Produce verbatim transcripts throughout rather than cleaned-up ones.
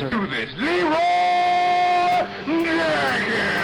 Let's do this. Zero Dragon!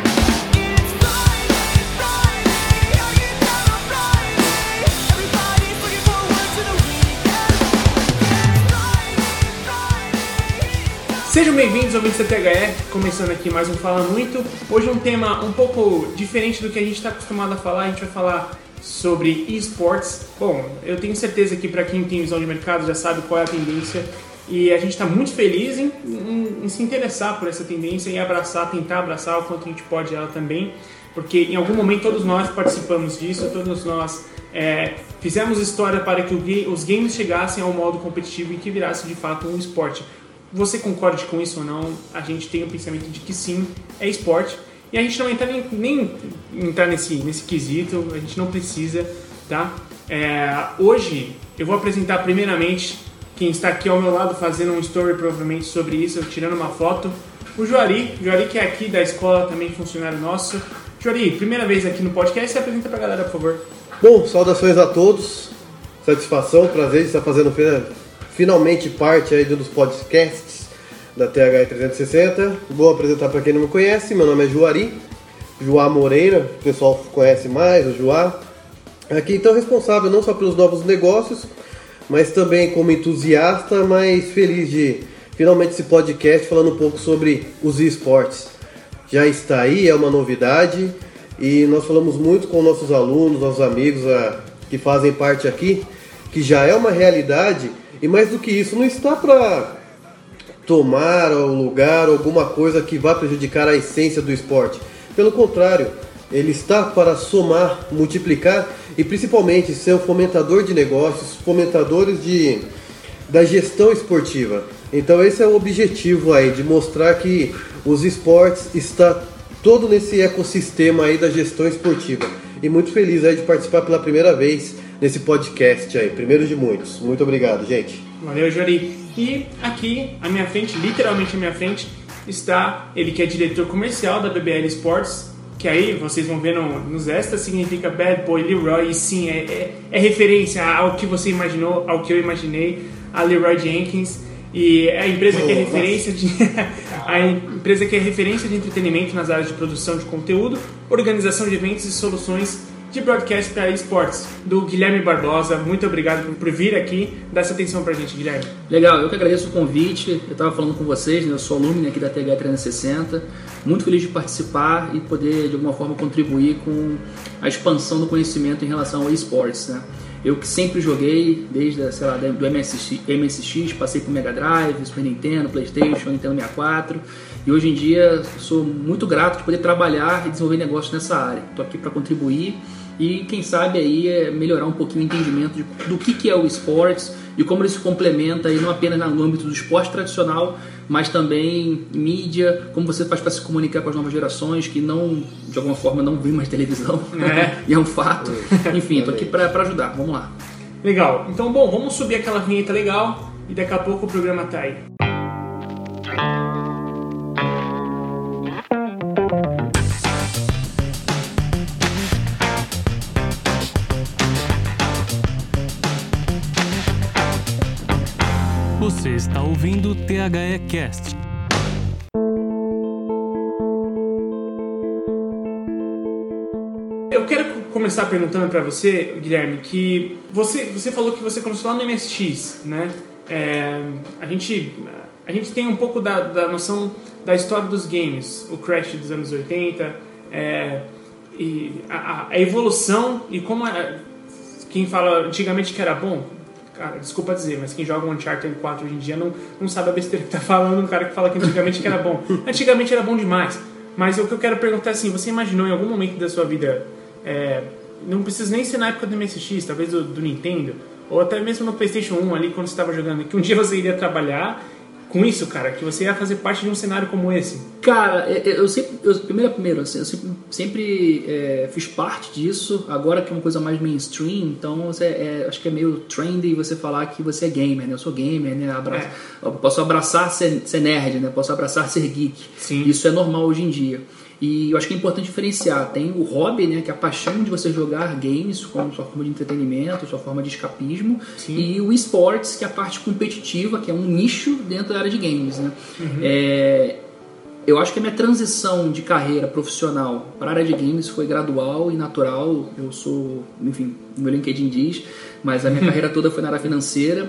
Sejam bem-vindos, ouvintes da T H E, começando aqui mais um Fala Muito. Hoje um tema um pouco diferente do que a gente está acostumado a falar, a gente vai falar sobre esportes. Bom, eu tenho certeza que para quem tem visão de mercado já sabe qual é a tendência e a gente está muito feliz em, em, em se interessar por essa tendência e abraçar, tentar abraçar o quanto a gente pode ela também, porque em algum momento todos nós participamos disso, todos nós é, fizemos história para que o, os games chegassem ao modo competitivo e que virasse de fato um esporte. Você concorde com isso ou não? A gente tem o pensamento de que sim, é esporte. E a gente não entra nem, nem entrar nesse, nesse quesito, a gente não precisa, tá? É, hoje eu vou apresentar primeiramente quem está aqui ao meu lado fazendo um story provavelmente sobre isso, tirando uma foto, o Juari. O Juari que é aqui da escola, também funcionário nosso. Juari, primeira vez aqui no podcast, se apresenta pra galera, por favor. Bom, saudações a todos, satisfação, prazer de estar fazendo finalmente parte aí dos podcasts da T H E trezentos e sessenta. Vou apresentar para quem não me conhece, meu nome é Juari, Juá Moreira, o pessoal conhece mais, o Juá. Aqui então responsável não só pelos novos negócios, mas também como entusiasta, mas feliz de finalmente esse podcast falando um pouco sobre os esportes. Já está aí, é uma novidade e nós falamos muito com nossos alunos, nossos amigos a, que fazem parte aqui, que já é uma realidade. E mais do que isso, não está para tomar o lugar, alguma coisa que vá prejudicar a essência do esporte. Pelo contrário, ele está para somar, multiplicar e principalmente ser um fomentador de negócios, fomentadores de, da gestão esportiva. Então esse é o objetivo aí, de mostrar que os esportes está todo nesse ecossistema aí da gestão esportiva. E muito feliz aí de participar pela primeira vez nesse podcast aí, primeiro de muitos. Muito obrigado, gente. Valeu, Juari. E aqui, à minha frente, literalmente à minha frente, está ele que é diretor comercial da B B L Sports, que aí, vocês vão ver no, nos extras, significa Bad Boy Leroy, e sim, é, é, é referência ao que você imaginou, ao que eu imaginei, a Leroy Jenkins, e é a empresa que é referência de a empresa que é referência de entretenimento nas áreas de produção de conteúdo, organização de eventos e soluções de broadcast para esportes, do Guilherme Barbosa. Muito obrigado por, por vir aqui, dar essa atenção pra gente, Guilherme. Legal, eu que agradeço o convite. Eu estava falando com vocês, né? Eu sou aluno aqui da T H E trezentos e sessenta, muito feliz de participar e poder de alguma forma contribuir com a expansão do conhecimento em relação ao esportes, né? Eu que sempre joguei, desde sei lá, do M S X, M S X, passei por Mega Drive, Super Nintendo, Playstation, Nintendo sessenta e quatro, e hoje em dia sou muito grato de poder trabalhar e desenvolver negócios nessa área. Estou aqui para contribuir e quem sabe aí é melhorar um pouquinho o entendimento de, do que, que é o esportes e como ele se complementa aí não apenas no âmbito do esporte tradicional, mas também mídia, como você faz para se comunicar com as novas gerações que não, de alguma forma, não vêem mais televisão, é. E é um fato. Enfim, estou aqui para ajudar, vamos lá. Legal, então bom, vamos subir aquela vinheta legal e daqui a pouco o programa tá aí. Você está ouvindo o T H E Cast. Eu quero começar perguntando para você, Guilherme, que você, você falou que você começou lá no M S X, né? É, a, gente, a gente tem um pouco da, da noção da história dos games, o Crash dos anos oitenta, é, e a, a evolução e como a, quem fala antigamente que era bom. Cara, desculpa dizer, mas quem joga um Uncharted quatro hoje em dia não, não sabe a besteira que tá falando um cara que fala que antigamente que era bom. Antigamente era bom demais. Mas o que eu quero perguntar é assim, você imaginou em algum momento da sua vida, é, não precisa nem ser na época do M S X, talvez do, do Nintendo, ou até mesmo no PlayStation um ali, quando você estava jogando, que um dia você iria trabalhar com isso, cara, que você ia fazer parte de um cenário como esse? Cara, eu sempre, eu, primeiro, primeiro, eu sempre, sempre é, fiz parte disso, agora que é uma coisa mais mainstream, então você, é, acho que é meio trendy você falar que você é gamer, né? Eu sou gamer, né? Abra... É. Eu posso abraçar ser, ser nerd, né? Posso abraçar ser geek. Sim. Isso é normal hoje em dia. E eu acho que é importante diferenciar. Tem o hobby, né, que é a paixão de você jogar games como sua forma de entretenimento, sua forma de escapismo. Sim. E o esportes, que é a parte competitiva, que é um nicho dentro da área de games, né? Uhum. É, eu acho que a minha transição de carreira profissional para a área de games foi gradual e natural. Eu sou, enfim, o meu LinkedIn diz, mas a minha carreira toda foi na área financeira.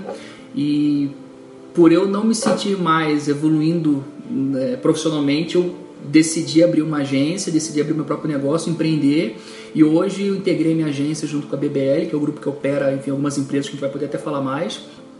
E por eu não me sentir mais evoluindo, né, profissionalmente, eu decidi abrir uma agência, decidi abrir meu próprio negócio, empreender, e hoje eu integrei minha agência junto com a B B L, que é o grupo que opera, enfim, algumas empresas que a gente vai poder até falar mais,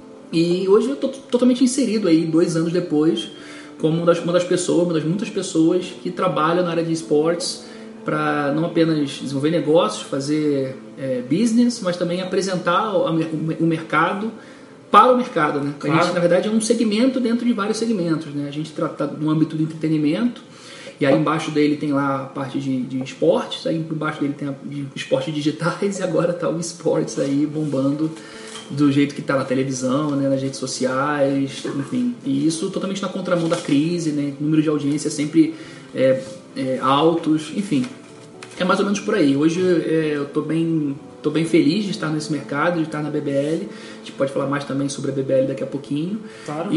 e hoje eu estou totalmente inserido aí, dois anos depois, como uma das, uma das pessoas, uma das muitas pessoas que trabalham na área de esportes para não apenas desenvolver negócios, fazer é, business, mas também apresentar o, o mercado para o mercado, né? Claro. A gente, na verdade, é um segmento dentro de vários segmentos, né? A gente trata no âmbito do entretenimento, e aí embaixo dele tem lá a parte de, de esportes, aí embaixo dele tem a de esportes digitais, e agora está o esportes aí bombando do jeito que está na televisão, né, nas redes sociais, enfim. E isso totalmente na contramão da crise, né? O número de audiência sempre é, é, altos, enfim. É mais ou menos por aí. Hoje é, eu estou bem, tô bem feliz de estar nesse mercado, de estar na B B L. A gente pode falar mais também sobre a B B L daqui a pouquinho. Claro.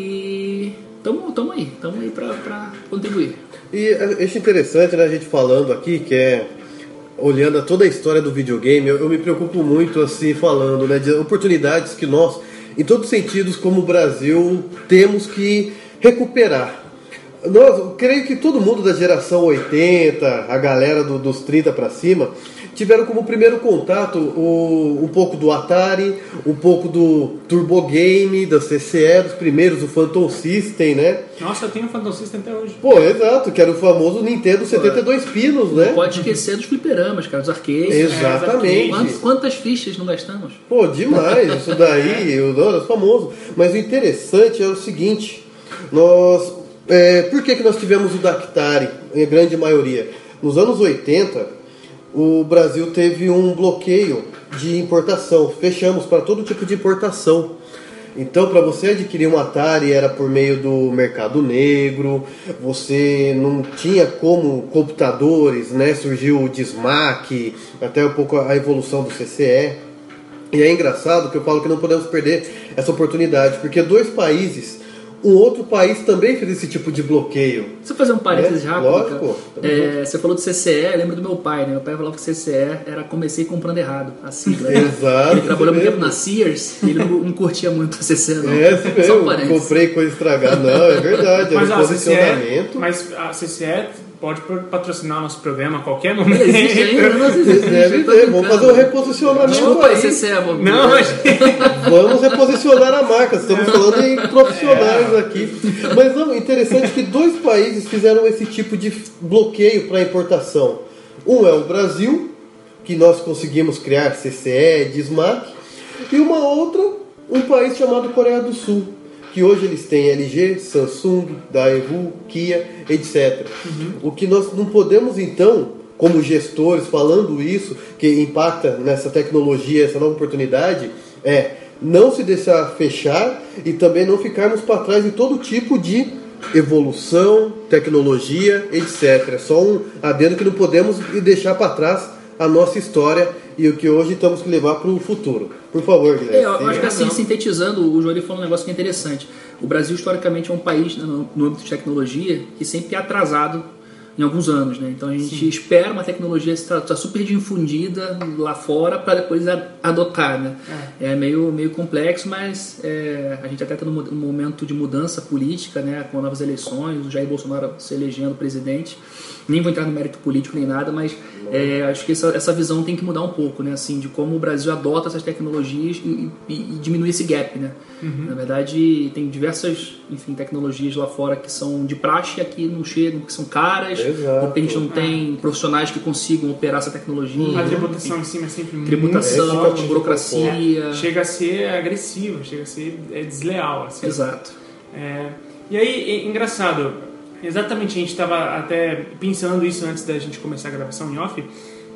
E estamos aí, estamos aí para contribuir. E acho interessante, né, a gente falando aqui, que é olhando a toda a história do videogame, eu, eu me preocupo muito assim falando, né, de oportunidades que nós, em todos os sentidos, como Brasil, temos que recuperar. Nós, eu creio que todo mundo da geração oitenta, a galera do, dos trinta para cima, tiveram como primeiro contato o, um pouco do Atari, um pouco do Turbo Game, da C C E, dos primeiros, o Phantom System, né? Nossa, eu tenho o Phantom System até hoje. Pô, exato, que era o famoso Nintendo setenta e dois pinos, né? Não pode esquecer dos fliperamas, cara, dos arcades. Exatamente. Quantas, quantas fichas não gastamos? Pô, demais, isso daí, o era famoso. Mas o interessante é o seguinte, nós... É, por que, que nós tivemos o Dactari, em grande maioria? Nos anos oitenta... o Brasil teve um bloqueio de importação. Fechamos para todo tipo de importação. Então, para você adquirir um Atari era por meio do mercado negro. Você não tinha como computadores, né? Surgiu o Dismac, até um pouco a evolução do C C E. E é engraçado que eu falo que não podemos perder essa oportunidade, porque dois países... um outro país também fez esse tipo de bloqueio. Deixa eu fazer um parênteses é, rápido. Lógico. É, você falou do C C E, lembra do meu pai, né? Meu pai falava que C C E era comecei comprando errado, a sigla. Exato. Ele trabalhou muito tempo na Sears e ele não, não curtia muito a C C E, não. É, assim mesmo. Um comprei coisa estragada. Não, é verdade. Mas, é um ó, posicionamento. C C E, mas a C C E pode patrocinar nosso programa a qualquer momento. Não existe ainda, não existe. Deve ter, vamos fazer um reposicionamento. Desculpa aí, C C E. Vamos... Não, mas... vamos reposicionar a marca. Estamos falando em profissionais aqui. Mas não, interessante que dois países fizeram esse tipo de bloqueio para importação. Um é o Brasil, que nós conseguimos criar C C E, Dismac, e uma outra, um país chamado Coreia do Sul, que hoje eles têm L G, Samsung, Daewoo, Kia, etcétera. Uhum. O que nós não podemos, então, como gestores, falando isso, que impacta nessa tecnologia, essa nova oportunidade, é não se deixar fechar e também não ficarmos para trás em todo tipo de evolução, tecnologia, etcétera. É só um adendo que não podemos deixar para trás a nossa história e o que hoje temos que levar para o futuro. Por favor, Guilherme. É, eu acho que assim, sintetizando, o Joeli falou um negócio que é interessante. O Brasil, historicamente, é um país, no, no âmbito de tecnologia, que sempre é atrasado em alguns anos, né? Então a gente Sim. espera uma tecnologia estar tá super difundida lá fora para depois adotar, né? É, é meio, meio complexo, mas é, a gente até está num momento de mudança política, né? Com novas eleições, o Jair Bolsonaro se elegendo presidente. Nem vou entrar no mérito político nem nada, mas é, acho que essa, essa visão tem que mudar um pouco, né? Assim, de como o Brasil adota essas tecnologias e, e, e diminui esse gap, né? Uhum. Na verdade, tem diversas, enfim, tecnologias lá fora que são de praxe e aqui não chegam, que são caras. Exato. Porque a gente não tem ah. profissionais que consigam operar essa tecnologia. A tributação em cima é sempre tributação, muito forte, burocracia. É, chega a ser agressiva, chega a ser é, desleal. Assim. Exato. É, e aí, é, engraçado, exatamente a gente estava até pensando isso antes da gente começar a gravação em off,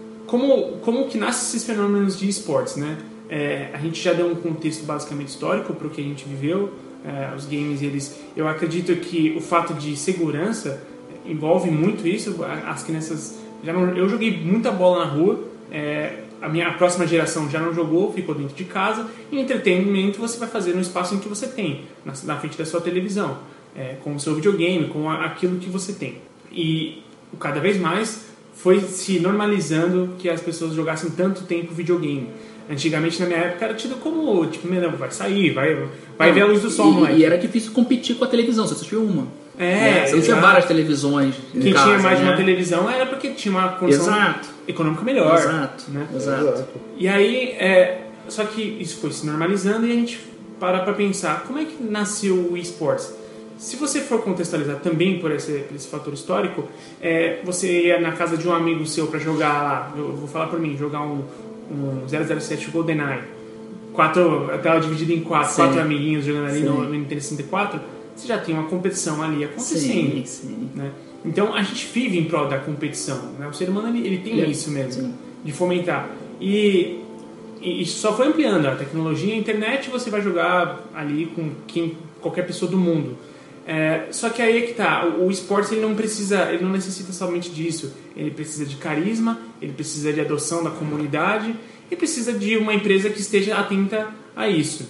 como, como que nascem esses fenômenos de esportes, né? É, a gente já deu um contexto basicamente histórico para o que a gente viveu, é, os games, eles, eu acredito que o fato de segurança envolve muito isso, as crianças... Já não, eu joguei muita bola na rua, é, a minha próxima geração já não jogou, ficou dentro de casa, e entretenimento você vai fazer no espaço em que você tem, na, na frente da sua televisão, é, com o seu videogame, com a, aquilo que você tem. E cada vez mais foi se normalizando que as pessoas jogassem tanto tempo videogame. Antigamente, na minha época, era tido como, tipo, não, vai sair, vai, vai não, ver a luz do sol, e, moleque. E era difícil competir com a televisão, você assistiu uma. É, né? Você não tinha várias televisões em Quem casa, tinha mais né? de uma televisão era porque tinha uma condição Exato. econômica melhor. Exato, né? Exato. E aí, é, só que isso foi se normalizando e a gente para pra pensar, como é que nasceu o eSports? Se você for contextualizar também por esse, por esse fator histórico, é, você ia na casa de um amigo seu para jogar lá, eu vou falar por mim, jogar um, um zero zero sete GoldenEye, quatro, a tela dividida em quatro, sim. quatro amiguinhos jogando ali sim. no, no Nintendo sessenta e quatro, você já tem uma competição ali acontecendo. Sim, sim. Né? Então a gente vive em prol da competição, né? O ser humano ele, ele tem é, isso mesmo, sim. de fomentar. E, e isso só foi ampliando a tecnologia, a internet, você vai jogar ali com quem, qualquer pessoa do mundo. É, só que aí é que tá, o, o esporte ele não precisa, ele não necessita somente disso, ele precisa de carisma, ele precisa de adoção da comunidade e precisa de uma empresa que esteja atenta a isso.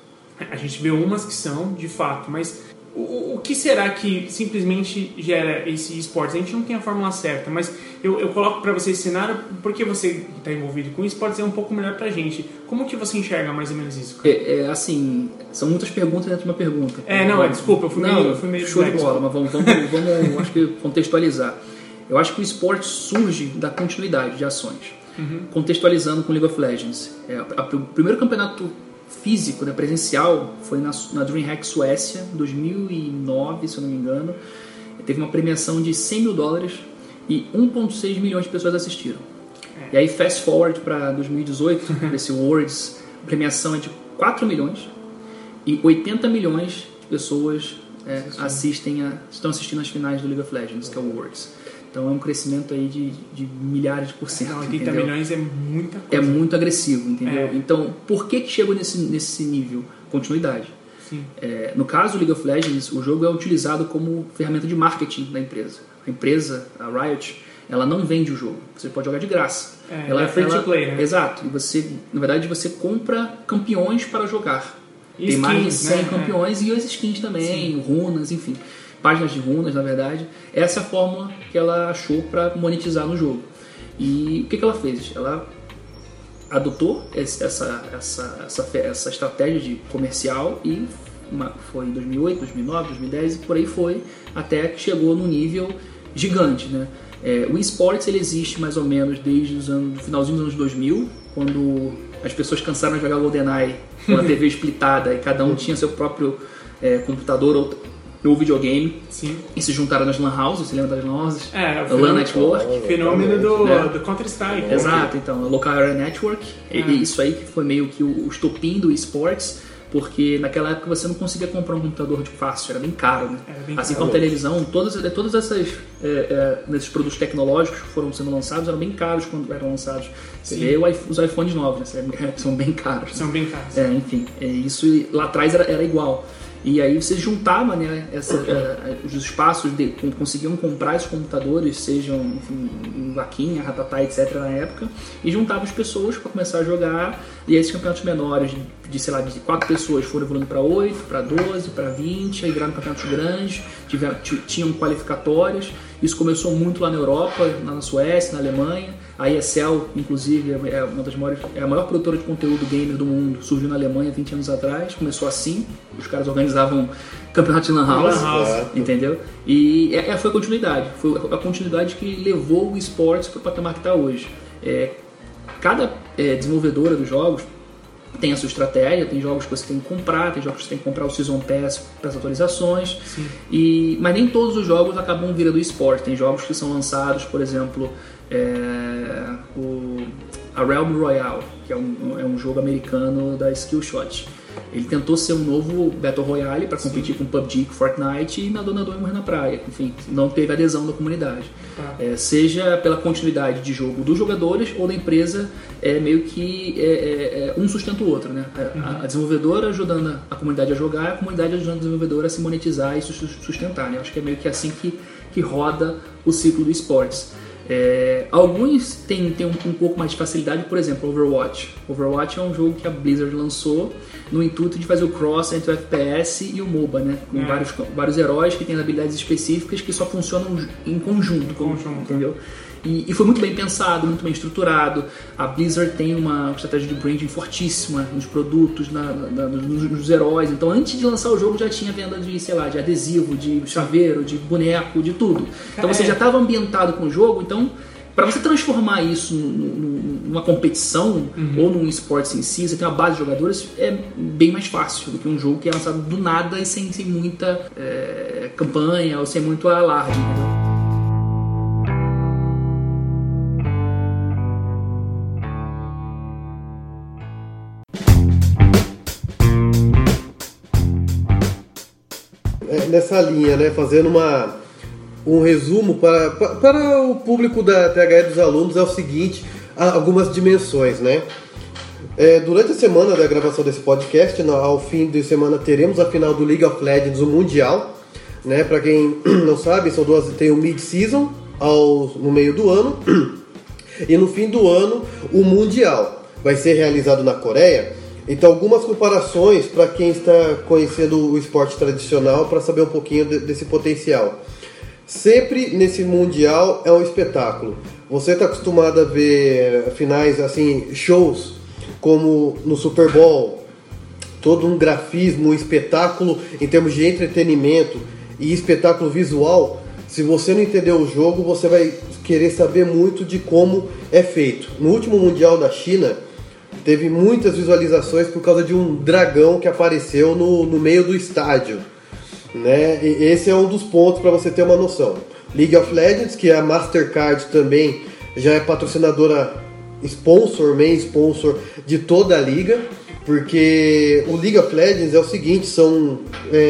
A gente vê umas que são, de fato, mas o, o que será que simplesmente gera esse esportes? A gente não tem a fórmula certa, mas eu, eu coloco para você esse cenário porque você que está envolvido com esportes é um pouco melhor pra gente. Como que você enxerga mais ou menos isso? É, é assim, são muitas perguntas dentro de uma pergunta. É, não, é, desculpa, eu fui não, meio, eu fui meio show de bola, desculpa. mas vamos, vamos, vamos acho que contextualizar. Eu acho que o esporte surge da continuidade de ações. Uhum. Contextualizando com League of Legends. É, a, a, o primeiro campeonato físico, né, presencial, foi na, na DreamHack Suécia, em dois mil e nove, se eu não me engano. Teve uma premiação de cem mil dólares e um vírgula seis milhões de pessoas assistiram. É. E aí, fast forward para dois mil e dezoito, esse Worlds, a premiação é de quatro milhões e oitenta milhões de pessoas é, assistem a, estão assistindo as finais do League of Legends, que é o Worlds. Então é um crescimento aí de, de milhares de por cento. Não, oitenta entendeu? milhões é muita coisa. É muito agressivo, entendeu? É. Então, por que que chegou nesse, nesse nível? Continuidade. Sim. É, no caso do League of Legends, o jogo é utilizado como ferramenta de marketing da empresa. A empresa, a Riot, ela não vende o jogo. Você pode jogar de graça. É, ela é free ela, to play, né? Exato. E você, na verdade, você compra campeões para jogar. E Tem mais de skins, cem né? campeões e as skins também, Sim. runas, enfim. Páginas de runas, na verdade. Essa é a fórmula que ela achou para monetizar no jogo. E o que, que ela fez? Ela adotou essa, essa, essa, essa estratégia de comercial e uma, foi em dois mil e oito, dois mil e nove, dois mil e dez e por aí foi, até que chegou num nível gigante, né? É, o eSports ele existe mais ou menos desde os anos, finalzinho dos anos dois mil, quando as pessoas cansaram de jogar GoldenEye com a T V splitada e cada um tinha seu próprio é, computador ou, ou videogame. Sim. E se juntaram nas LAN houses, você lembra das LAN houses? É, o LAN fenômeno, Network. fenômeno do, né? do Counter-Strike. Exato, então, a Local Area Network, É. e isso aí que foi meio que o, o estopim do eSports, porque naquela época você não conseguia comprar um computador de fácil, era bem caro, né? Era bem assim caro. como a televisão, todas, todas essas é, é, esses produtos tecnológicos que foram sendo lançados eram bem caros quando eram lançados. Você Sim. vê o iPhone- os iPhones novos, né? São bem caros. São bem caros. É, enfim, é, isso lá atrás era, era igual. E aí você juntava, né, essa, uh, os espaços, de, conseguiam comprar esses computadores, sejam, enfim, em vaquinha, ratatá, etcétera na época, e juntava as pessoas para começar a jogar, e aí esses campeonatos menores, de, de sei lá, de quatro pessoas foram evoluindo para oito, para doze, para vinte, aí viraram campeonatos grandes, tiveram, t- tinham qualificatórias. Isso começou muito lá na Europa, na Suécia, na Alemanha. A E S L, inclusive, é uma das maiores, é a maior produtora de conteúdo gamer do mundo. Surgiu na Alemanha vinte anos atrás, começou assim. Os caras organizavam campeonatos de Lan House, Lan House. entendeu? E é, foi a continuidade. Foi a continuidade que levou o eSports para o patamar que está hoje. É, cada é, desenvolvedora dos jogos tem a sua estratégia, tem jogos que você tem que comprar, tem jogos que você tem que comprar o Season Pass para as atualizações, e, mas nem todos os jogos acabam virando eSport. Tem jogos que são lançados, por exemplo, é, o, a Realm Royale, que é um, é um jogo americano da Skillshot. Ele tentou ser um novo Battle Royale para competir Sim. com P U B G, com Fortnite, e nadou, nadou e morreu na praia. Enfim, não teve adesão da comunidade. Ah. É, seja pela continuidade de jogo dos jogadores ou da empresa, é meio que é, é, é, um sustenta o outro, né? A, uhum. a desenvolvedora ajudando a comunidade a jogar, a comunidade ajudando a desenvolvedora a se monetizar e se sustentar, né? Acho que é meio que assim que, que roda o ciclo do esportes. É, alguns têm, têm um, um pouco mais de facilidade, por exemplo, Overwatch. Overwatch é um jogo que a Blizzard lançou no intuito de fazer o cross entre o F P S e o MOBA, né? Com é. vários, vários heróis que têm habilidades específicas que só funcionam em conjunto, conjunto. Entendeu? E, e foi muito bem pensado, muito bem estruturado. A Blizzard tem uma estratégia de branding fortíssima nos produtos, na, na, nos, nos heróis. Então, antes de lançar o jogo, já tinha venda de, sei lá, de adesivo, de chaveiro, de boneco, de tudo. Então, você já estava ambientado com o jogo. Então, para você transformar isso numa competição uhum. ou num esporte em si, você tem uma base de jogadores, é bem mais fácil do que um jogo que é lançado do nada e sem, sem muita é, campanha ou sem muito alarde, entendeu? Nessa linha, né, fazendo uma, um resumo para, para o público da T H E dos alunos, é o seguinte, algumas dimensões, né? É, durante a semana da gravação desse podcast, ao fim de semana, teremos a final do League of Legends, o Mundial, né? Para quem não sabe, são duas, tem o Mid-Season ao, no meio do ano e no fim do ano o Mundial. Vai ser realizado na Coreia. Então, algumas comparações para quem está conhecendo o esporte tradicional, para saber um pouquinho de, desse potencial. Sempre nesse Mundial é um espetáculo. Você está acostumado a ver finais, assim, shows como no Super Bowl, todo um grafismo, um espetáculo em termos de entretenimento e espetáculo visual. Se você não entender o jogo, você vai querer saber muito de como é feito. No último Mundial da China, teve muitas visualizações por causa de um dragão que apareceu no, no meio do estádio, né? E esse é um dos pontos para você ter uma noção. League of Legends, que a Mastercard também já é patrocinadora sponsor, main sponsor de toda a liga, porque o League of Legends é o seguinte, são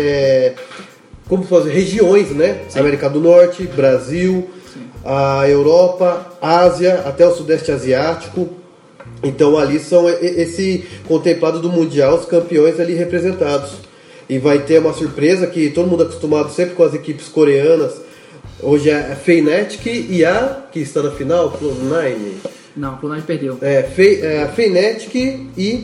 é, como fazer regiões, né? Sim. América do Norte, Brasil, sim, a Europa, Ásia, até o Sudeste Asiático. Então ali são esse contemplado do Mundial, os campeões ali representados. E vai ter uma surpresa que todo mundo é acostumado sempre com as equipes coreanas. Hoje é a Fnatic e a, que está na final, Cloud nine. Não, a Cloud nine perdeu. É, Fe, é a Fnatic e...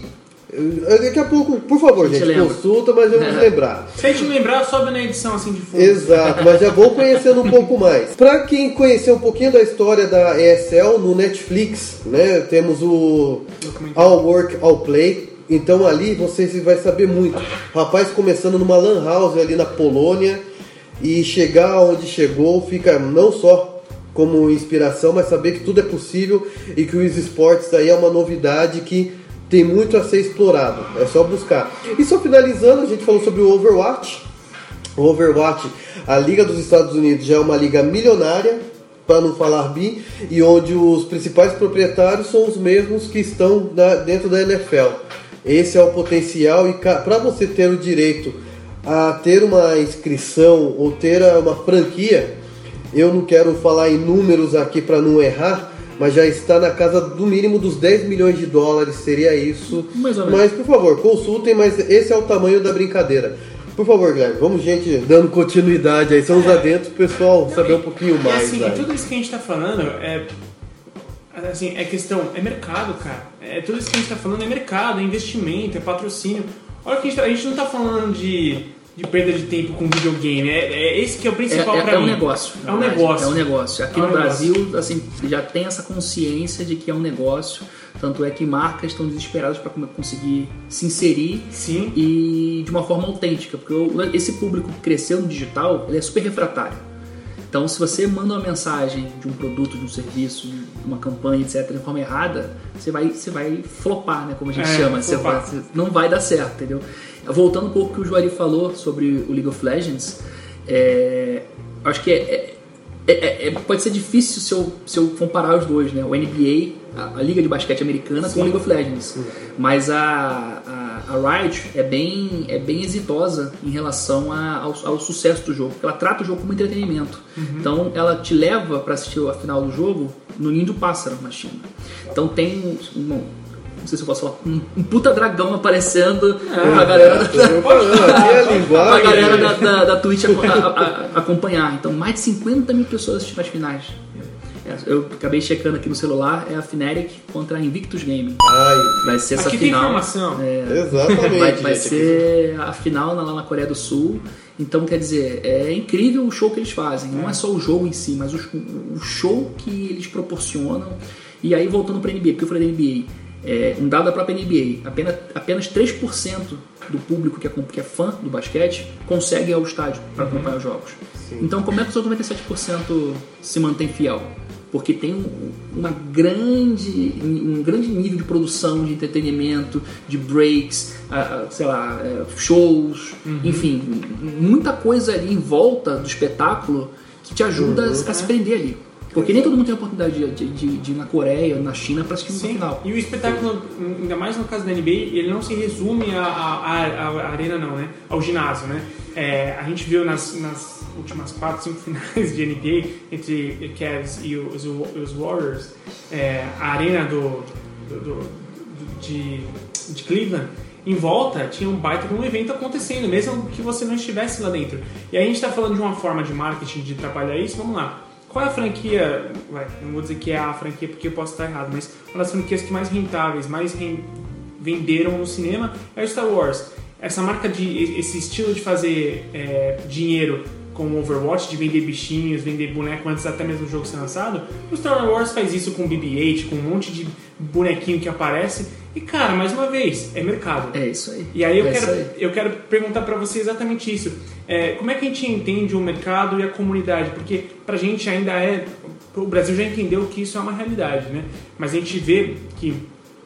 Daqui a pouco, por favor, gente, gente consulta, mas eu vou lembrar. Se a gente lembrar, sobe na edição assim de fundo. Exato, mas já vou conhecendo um pouco mais. Para quem conhecer um pouquinho da história da E S L no Netflix, né, temos o All Work, All Play. Então ali você vai saber muito. Rapaz começando numa lan house ali na Polônia e chegar onde chegou, fica não só como inspiração, mas saber que tudo é possível e que os esportes aí é uma novidade que tem muito a ser explorado, é só buscar. E só finalizando, a gente falou sobre o Overwatch. O Overwatch, a Liga dos Estados Unidos já é uma liga milionária, para não falar bi, e onde os principais proprietários são os mesmos que estão na, dentro da N F L. Esse é o potencial, e para você ter o direito a ter uma inscrição ou ter uma franquia, eu não quero falar em números aqui para não errar, mas já está na casa do mínimo dos dez milhões de dólares, seria isso. Mais ou menos. Mas, por favor, consultem, mas esse é o tamanho da brincadeira. Por favor, Guilherme, vamos, gente, dando continuidade aí, são os adentros, o pessoal saber um pouquinho mais. E assim, tudo isso que a gente está falando é, assim, é questão, é mercado, cara. É, tudo isso que a gente está falando é mercado, é investimento, é patrocínio. Olha que a gente, tá, a gente não está falando de... de perda de tempo com videogame, é, é esse que é o principal é, é, pra é mim. Um negócio, é um negócio. É um negócio. Aqui é um no negócio. Brasil, assim, já tem essa consciência de que é um negócio, tanto é que marcas estão desesperadas para conseguir se inserir. Sim. E de uma forma autêntica, porque esse público que cresceu no digital, ele é super refratário. Então, se você manda uma mensagem de um produto, de um serviço, de uma campanha, etcétera, de forma errada, você vai, você vai flopar, né, como a gente é, chama. Você vai, você não vai dar certo, entendeu? Voltando um pouco ao que o Juari falou sobre o League of Legends, é, acho que é, é, é, é, pode ser difícil se eu, se eu comparar os dois, né? O N B A, a, a Liga de Basquete Americana, sim, com o League of Legends. Sim. Mas a, a, a Riot é bem, é bem exitosa em relação a, ao, ao sucesso do jogo, porque ela trata o jogo como entretenimento. Uhum. Então ela te leva para assistir a final do jogo no Ninho do Pássaro, na China. Então tem... Um, não sei se eu posso falar, um, um puta dragão aparecendo pra galera, da, Eu falando, aqui é a pra linguagem. galera da, da, da Twitch a, a, a, acompanhar. Então, mais de cinquenta mil pessoas assistindo as finais. É, eu acabei checando aqui no celular, é a Fnatic contra a Invictus Gaming. Ai, Vai ser essa Aqui tem final. informação. É, exatamente. vai vai gente, ser a final lá na Coreia do Sul. Então, quer dizer, é incrível o show que eles fazem. Não é só o jogo em si, mas o, o show que eles proporcionam. E aí, voltando para a N B A, porque eu falei da N B A, é, um dado da própria N B A, apenas, apenas três por cento do público que é, que é fã do basquete consegue ir ao estádio para acompanhar os jogos. Sim. Então, como é que os outros noventa e sete por cento se mantém fiel? Porque tem um, uma grande, um grande nível de produção, de entretenimento, de breaks, uh, sei lá, uh, shows, uhum. enfim, muita coisa ali em volta do espetáculo que te ajuda uhum. a, a se prender ali. Porque nem todo mundo tem a oportunidade de, de, de, de ir na Coreia, na China para assistir um final. E o espetáculo, ainda mais no caso da N B A, ele não se resume à, à, à arena não, né? Ao ginásio, né? É, a gente viu nas, nas últimas quatro, cinco finais de N B A entre Cavs e os, os Warriors, é, a arena do, do, do, do, de, de Cleveland, em volta tinha um baita de um evento acontecendo, mesmo que você não estivesse lá dentro. E aí a gente está falando de uma forma de marketing de trabalhar isso, vamos lá. Qual é a franquia, ué, não vou dizer que é a franquia porque eu posso estar errado, mas uma das franquias que mais rentáveis, mais rem, venderam no cinema é o Star Wars. Essa marca, de, esse estilo de fazer é, dinheiro com o Overwatch, de vender bichinhos, vender boneco antes até mesmo do jogo ser lançado, o Star Wars faz isso com B B oito, com um monte de bonequinho que aparece. E cara, mais uma vez, é mercado. É isso aí. E aí eu, é quero, aí. eu quero perguntar pra você exatamente isso. É, como é que a gente entende o mercado e a comunidade? Porque pra gente ainda é... O Brasil já entendeu que isso é uma realidade, né? Mas a gente vê que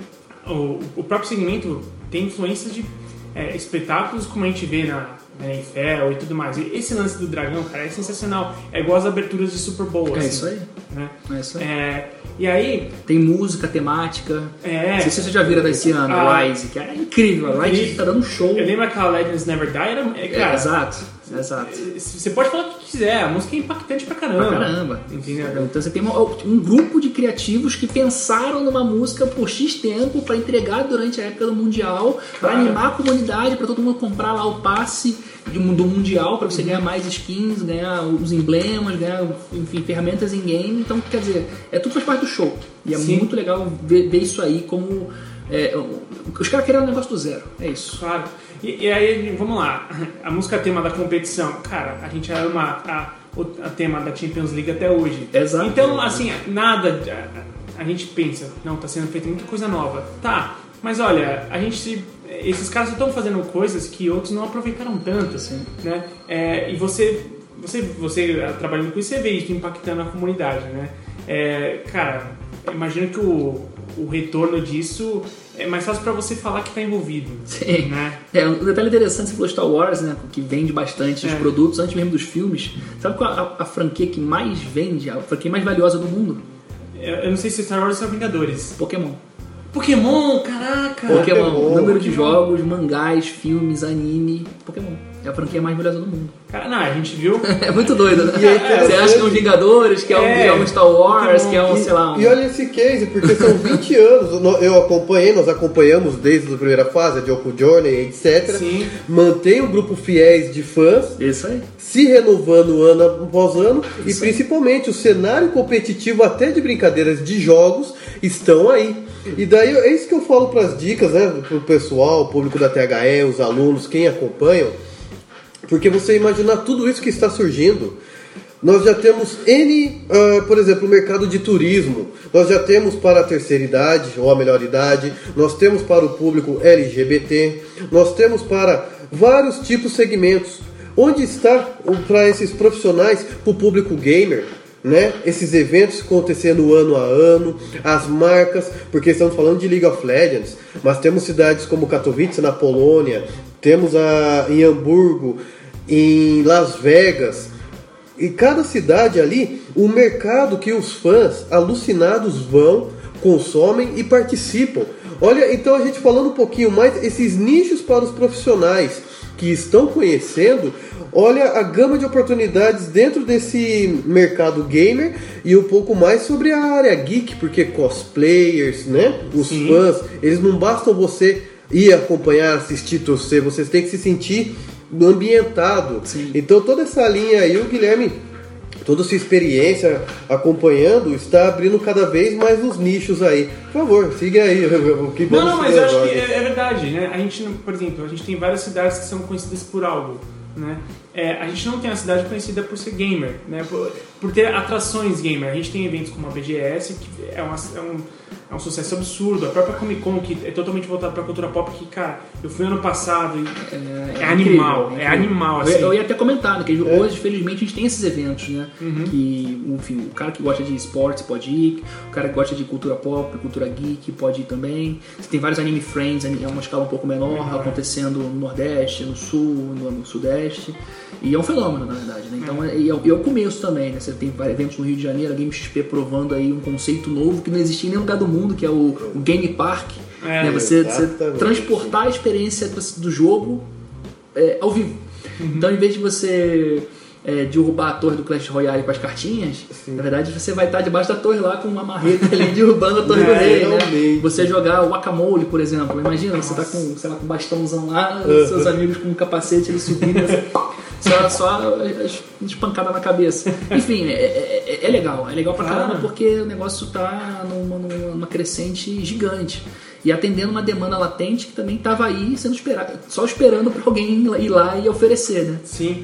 o, o próprio segmento tem influências de é, espetáculos, como a gente vê na... na N F L e tudo mais. E esse lance do dragão, cara, é sensacional. É igual as aberturas de Super Bowl. É assim, isso aí. Né? É isso aí. É, e aí... Tem música, temática. É. Não sei se você já viram desse ano, Ah, Rise, que é incrível. A Rise tá dando um show. Eu lembro aquela Legends Never Die. Era, é, cara, é, exato, exato. Você pode falar o que quiser. A música é impactante pra caramba. Pra caramba. Entendeu? Então você tem uma, um grupo de criativos que pensaram numa música por X tempo pra entregar durante a época do Mundial, pra Claro. animar a comunidade, pra todo mundo comprar lá o passe do Mundial, pra você ganhar mais skins, ganhar os emblemas, ganhar, enfim, ferramentas em game. Então, quer dizer, é tudo faz parte do show. E é Sim. muito legal ver, ver isso aí como... É, os caras querem um negócio do zero, é isso. Claro. E, e aí, vamos lá. A música tema da competição. Cara, a gente ama a, a tema da Champions League até hoje. Exato. Então, assim, nada... A, a gente pensa, não, tá sendo feita muita coisa nova. Tá, mas olha, a gente... Esses caras estão fazendo coisas que outros não aproveitaram tanto, assim, né? É, e você, você, você trabalhando com isso, você vê isso impactando a comunidade, né? É, cara, imagino que o, o retorno disso é mais fácil para você falar que está envolvido. Sim. Né? É, um detalhe interessante, você falou Star Wars, né? Que vende bastante os É. produtos antes mesmo dos filmes. Sabe qual a, a franquia que mais vende, a franquia mais valiosa do mundo? Eu, eu não sei se Star Wars são Vingadores. Pokémon. Pokémon, caraca! Pokémon, Pokémon, número de Pokémon. jogos, mangás, filmes, anime, Pokémon. É a franquia mais valiosa do mundo. Cara, não, a gente viu... É muito doido, né? E é interessante- Você acha que é um Vingadores, que é um, É, que é um Star Wars, Pokémon. que é um, E, sei lá... Um... e olha esse case, porque são vinte anos, no- eu acompanhei, nós acompanhamos desde a primeira fase, a Joko Journey, etcétera. Sim. Mantém um grupo fiéis de fãs, Isso aí. se renovando ano após ano, e Isso aí. principalmente o cenário competitivo até de brincadeiras de jogos estão aí. E daí é isso que eu falo para as dicas, né, pro pessoal, o público da T H E, os alunos, quem acompanham, porque você imaginar tudo isso que está surgindo. Nós já temos N, uh, por exemplo, o mercado de turismo. Nós já temos para a terceira idade, ou a melhor idade. Nós temos para o público L G B T. Nós temos para vários tipos de segmentos. Onde está para esses profissionais, para o público gamer? Né? Esses eventos acontecendo ano a ano, as marcas, porque estamos falando de League of Legends, mas temos cidades como Katowice na Polônia, temos a, em Hamburgo, em Las Vegas. E cada cidade ali, um mercado que os fãs alucinados vão, consomem e participam. Olha, então a gente falando um pouquinho mais, esses nichos para os profissionais que estão conhecendo, olha a gama de oportunidades dentro desse mercado gamer e um pouco mais sobre a área geek, porque cosplayers, né? Os Sim. fãs, eles não bastam você ir acompanhar, assistir, torcer, vocês têm que se sentir ambientado. Sim. Então toda essa linha aí, o Guilherme, toda a sua experiência acompanhando, está abrindo cada vez mais os nichos aí. Por favor, siga aí o que vamos Não, não, mas eu acho agora. que é, é verdade, né? A gente, por exemplo, a gente tem várias cidades que são conhecidas por algo, né? É, a gente não tem uma cidade conhecida por ser gamer, né? Por, por ter atrações gamer. A gente tem eventos como a B G S, que é, uma, é, um, é um sucesso absurdo. A própria Comic Con, que é totalmente voltada pra cultura pop, que, cara, eu fui ano passado e é, é, é animal, incrível, é, é animal, assim. Eu, eu ia até comentar, né, que hoje, felizmente, a gente tem esses eventos, né? Uhum. Que, enfim, o cara que gosta de esportes pode ir, o cara que gosta de cultura pop, cultura geek pode ir também. Você tem vários anime friends, é uma escala um pouco menor, uhum. acontecendo no Nordeste, no Sul, no, no Sudeste. E é um fenômeno, na verdade, né? Então, é. E, é, e é o começo também, né? Você tem eventos no Rio de Janeiro, a Game X P provando aí um conceito novo que não existia em nenhum lugar do mundo, que é o, o Game Park. É, né? Você, você transportar a experiência do jogo é, ao vivo. Uhum. Então, em vez de você é, derrubar a torre do Clash Royale com as cartinhas, Sim. na verdade você vai estar debaixo da torre lá com uma marreta ali derrubando a torre é, do rei, né? Você jogar o Whack-A-Mole, por exemplo. Imagina, Nossa. Você tá com, sei lá, com um bastãozão lá, uhum. seus amigos com um capacete, eles subindo, você... Só, só as espancadas na cabeça. Enfim, é, é, é legal. É legal pra caramba ah. porque o negócio tá numa, numa crescente gigante. E atendendo uma demanda latente que também estava aí sendo esperado, só esperando para alguém ir lá e oferecer, né? Sim.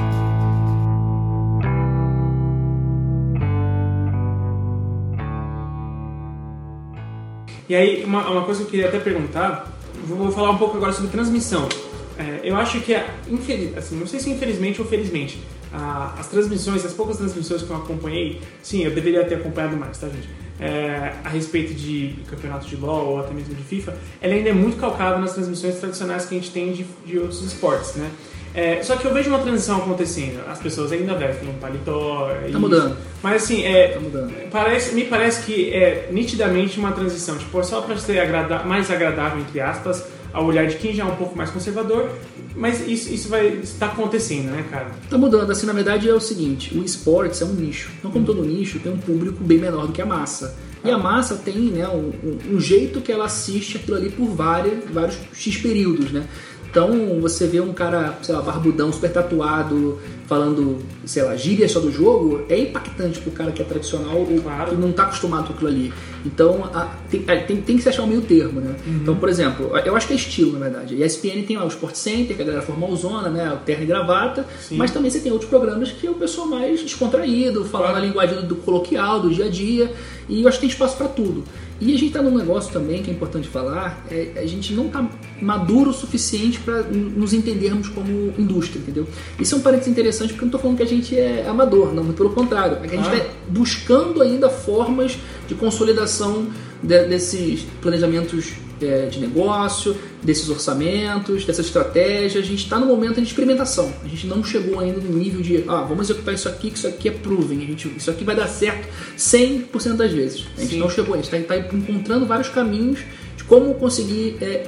E aí, uma, uma coisa que eu queria até perguntar, vou falar um pouco agora sobre transmissão. É, eu acho que, é infeliz, assim, não sei se infelizmente ou felizmente, a, as transmissões, as poucas transmissões que eu acompanhei, sim, eu deveria ter acompanhado mais, tá, gente? É, a respeito de campeonato de LoL ou até mesmo de FIFA, ela ainda é muito calcada nas transmissões tradicionais que a gente tem de, de outros esportes, né? É, só que eu vejo uma transição acontecendo, as pessoas ainda vestem um paletó. Tá isso. mudando. Mas assim, é, tá mudando. Parece, me parece que é nitidamente uma transição, tipo, só para ser agrada, mais agradável, entre aspas, ao olhar de quem já é um pouco mais conservador, mas isso, isso vai estar acontecendo, né, cara? Tá mudando, assim, na verdade é o seguinte, o esportes é um nicho, então como todo nicho tem um público bem menor do que a massa. E a massa tem, né, um, um jeito que ela assiste aquilo ali por vários, vários X períodos, né? Então você vê um cara, sei lá, barbudão, super tatuado, falando, sei lá, gírias só do jogo, é impactante pro cara que é tradicional ou claro. que não tá acostumado com aquilo ali. Então a, tem, tem, tem que se achar um meio termo, né? Uhum. Então, por exemplo, eu acho que é estilo, na verdade. E a E S P N tem lá o Sport Center, que a galera formalzona, né? O terno e gravata, Sim. mas também você tem outros programas que é o pessoal mais descontraído, falando claro. a linguagem do, do coloquial, do dia a dia, e eu acho que tem espaço para tudo. E a gente tá num negócio também que é importante falar, é, a gente não tá maduro o suficiente para nos entendermos como indústria, entendeu? Isso é um parênteses interessante porque eu não tô falando que a gente é amador, não, muito pelo contrário. A gente ah. tá buscando ainda formas de consolidação de, desses planejamentos é, de negócio, desses orçamentos, dessas estratégias. A gente está no momento de experimentação. A gente não chegou ainda no nível de ah, vamos executar isso aqui, que isso aqui é proven, a gente, isso aqui vai dar certo cem por cento das vezes. A gente Sim. não chegou, a gente está tá encontrando vários caminhos de como conseguir é,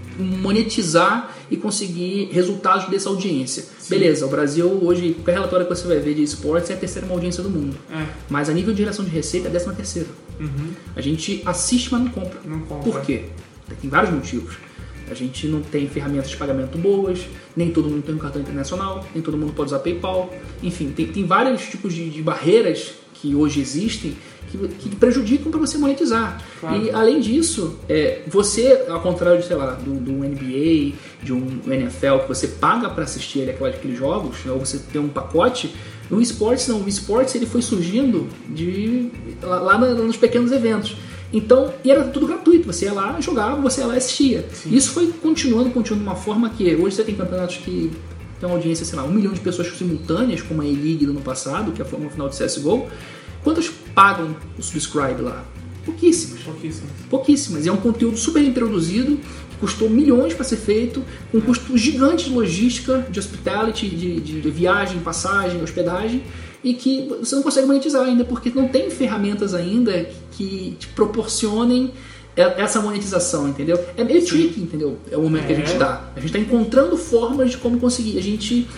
monetizar e conseguir resultados dessa audiência. Sim. Beleza, o Brasil hoje, qualquer relatório que você vai ver de esportes, é a terceira maior audiência do mundo. É. Mas a nível de geração de receita é a décima terceira. Uhum. A gente assiste, mas não compra. Não compra. Por quê? Tem vários motivos. A gente não tem ferramentas de pagamento boas, nem todo mundo tem um cartão internacional, nem todo mundo pode usar PayPal. Enfim, tem, tem vários tipos de, de barreiras que hoje existem que, que prejudicam para você monetizar. Claro. E além disso, é, você, ao contrário de, sei lá, do, do N B A, de um N F L, que você paga para assistir ele, aqueles jogos, ou você tem um pacote, no esportes não. O esportes ele foi surgindo de, lá, lá nos pequenos eventos. Então, e era tudo gratuito, você ia lá, jogava, você ia lá e assistia. Sim. Isso foi continuando, continuando de uma forma que hoje você tem campeonatos que tem uma audiência, sei lá, um milhão de pessoas simultâneas, como a E-League do ano passado, que foi uma final de C S G O. Quantas pagam o subscribe lá? Pouquíssimas. Pouquíssimas. Pouquíssimas. E é um conteúdo super introduzido, que custou milhões para ser feito, com um custo gigante de logística, de hospitality, de, de, de viagem, passagem, hospedagem, e que você não consegue monetizar ainda, porque não tem ferramentas ainda que te proporcionem essa monetização, entendeu? É meio tricky, entendeu? É o momento é. que a gente dá. A gente está encontrando formas de como conseguir. A gente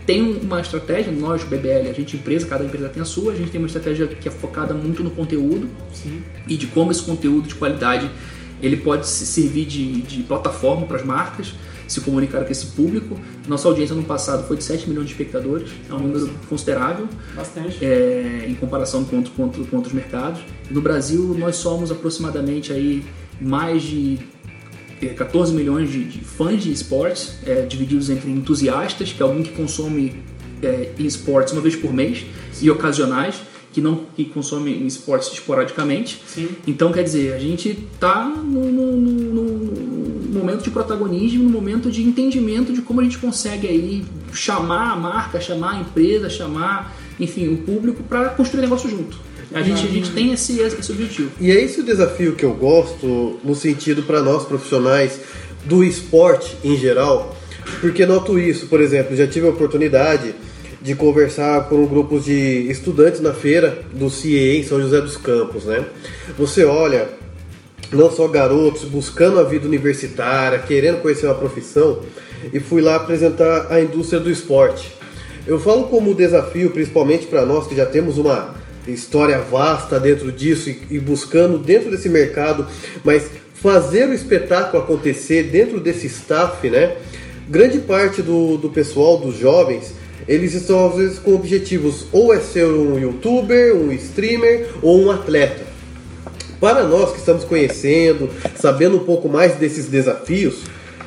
tem uma estratégia, nós, B B L, a gente empresa, cada empresa tem a sua, a gente tem uma estratégia que é focada muito no conteúdo. Sim. E de como esse conteúdo de qualidade ele pode servir de, de plataforma para as marcas se comunicar com esse público. Nossa audiência no passado foi de sete milhões de espectadores, é um número considerável. Bastante. É, em comparação com, com, com outros mercados. No Brasil, nós somos aproximadamente aí mais de catorze milhões de, de fãs de esportes, é, divididos entre entusiastas, que é alguém que consome é, esportes uma vez por mês, Sim. e ocasionais, que não que consome esportes esporadicamente. Sim. Então, quer dizer, a gente está no, no, no, no momento de protagonismo, no momento de entendimento de como a gente consegue aí chamar a marca, chamar a empresa, chamar, enfim, o público para construir negócio junto. A gente, a gente tem esse, esse objetivo. E é esse o desafio que eu gosto, no sentido para nós profissionais do esporte em geral, porque noto isso, por exemplo, já tive a oportunidade de conversar com um grupo de estudantes na feira do C I E em São José dos Campos, né? Você olha, não só garotos buscando a vida universitária, querendo conhecer uma profissão, e fui lá apresentar a indústria do esporte. Eu falo como desafio, principalmente para nós que já temos uma história vasta dentro disso e, e buscando dentro desse mercado, mas fazer o espetáculo acontecer dentro desse staff, né? Grande parte do, do pessoal, dos jovens, eles estão às vezes com objetivos ou é ser um youtuber, um streamer ou um atleta. Para nós que estamos conhecendo, sabendo um pouco mais desses desafios,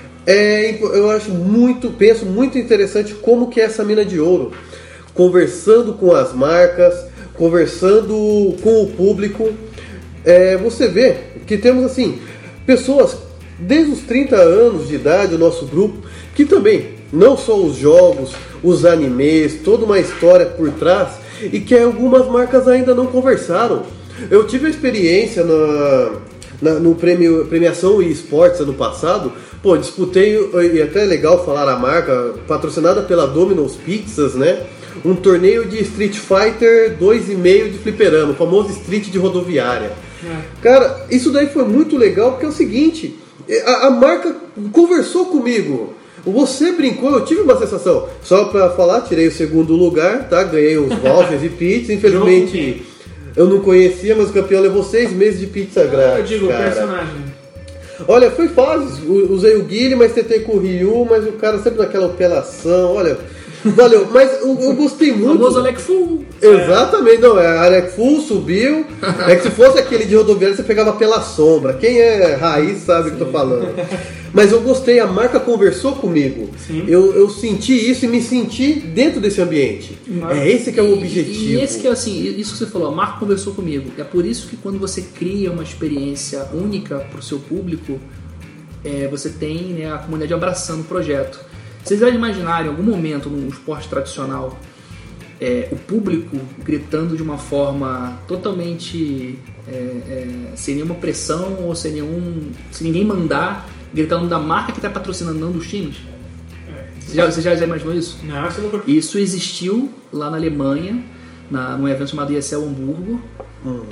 é, eu acho muito, penso muito interessante como que é essa mina de ouro, conversando com as marcas, conversando com o público, é, você vê que temos assim pessoas desde os trinta anos de idade, o nosso grupo, que também, não só os jogos, os animes, toda uma história por trás, e que algumas marcas ainda não conversaram. Eu tive a experiência na, na, no prêmio, premiação eSports ano passado, pô, disputei, e até é legal falar a marca, patrocinada pela Domino's Pizzas, né? Um torneio de Street Fighter dois e meio de fliperama, o famoso Street de rodoviária. É. Cara, isso daí foi muito legal, porque é o seguinte, a, a marca conversou comigo. Você brincou, eu tive uma sensação. Só pra falar, tirei o segundo lugar, tá? Ganhei uns vouchers e pizza. Infelizmente, eu não conhecia, mas o campeão levou seis meses de pizza grátis. Eu digo, cara. O personagem. Olha, foi fácil. Usei o Guile, mas tentei com o Ryu, mas o cara sempre naquela apelação. Olha, valeu. Mas eu, eu gostei muito. O famoso Alec Full. Exatamente, não. É Alec Full, subiu. É que se fosse aquele de rodoviária, você pegava pela sombra. Quem é raiz sabe o que eu tô falando. Mas eu gostei, a marca conversou comigo. Eu, eu senti isso e me senti dentro desse ambiente. Mas, é esse que é o objetivo. E, e esse que é assim, isso que você falou, a marca conversou comigo. É por isso que quando você cria uma experiência única para o seu público, é, você tem, né, a comunidade abraçando o projeto. Vocês já imaginaram em algum momento num esporte tradicional é, o público gritando de uma forma totalmente é, é, sem nenhuma pressão ou sem nenhum, sem ninguém mandar, gritando da marca que está patrocinando, não dos times? Você já, você já, já imaginou isso? Não, isso não. Isso existiu lá na Alemanha, na, num evento chamado E S L Hamburgo, uhum.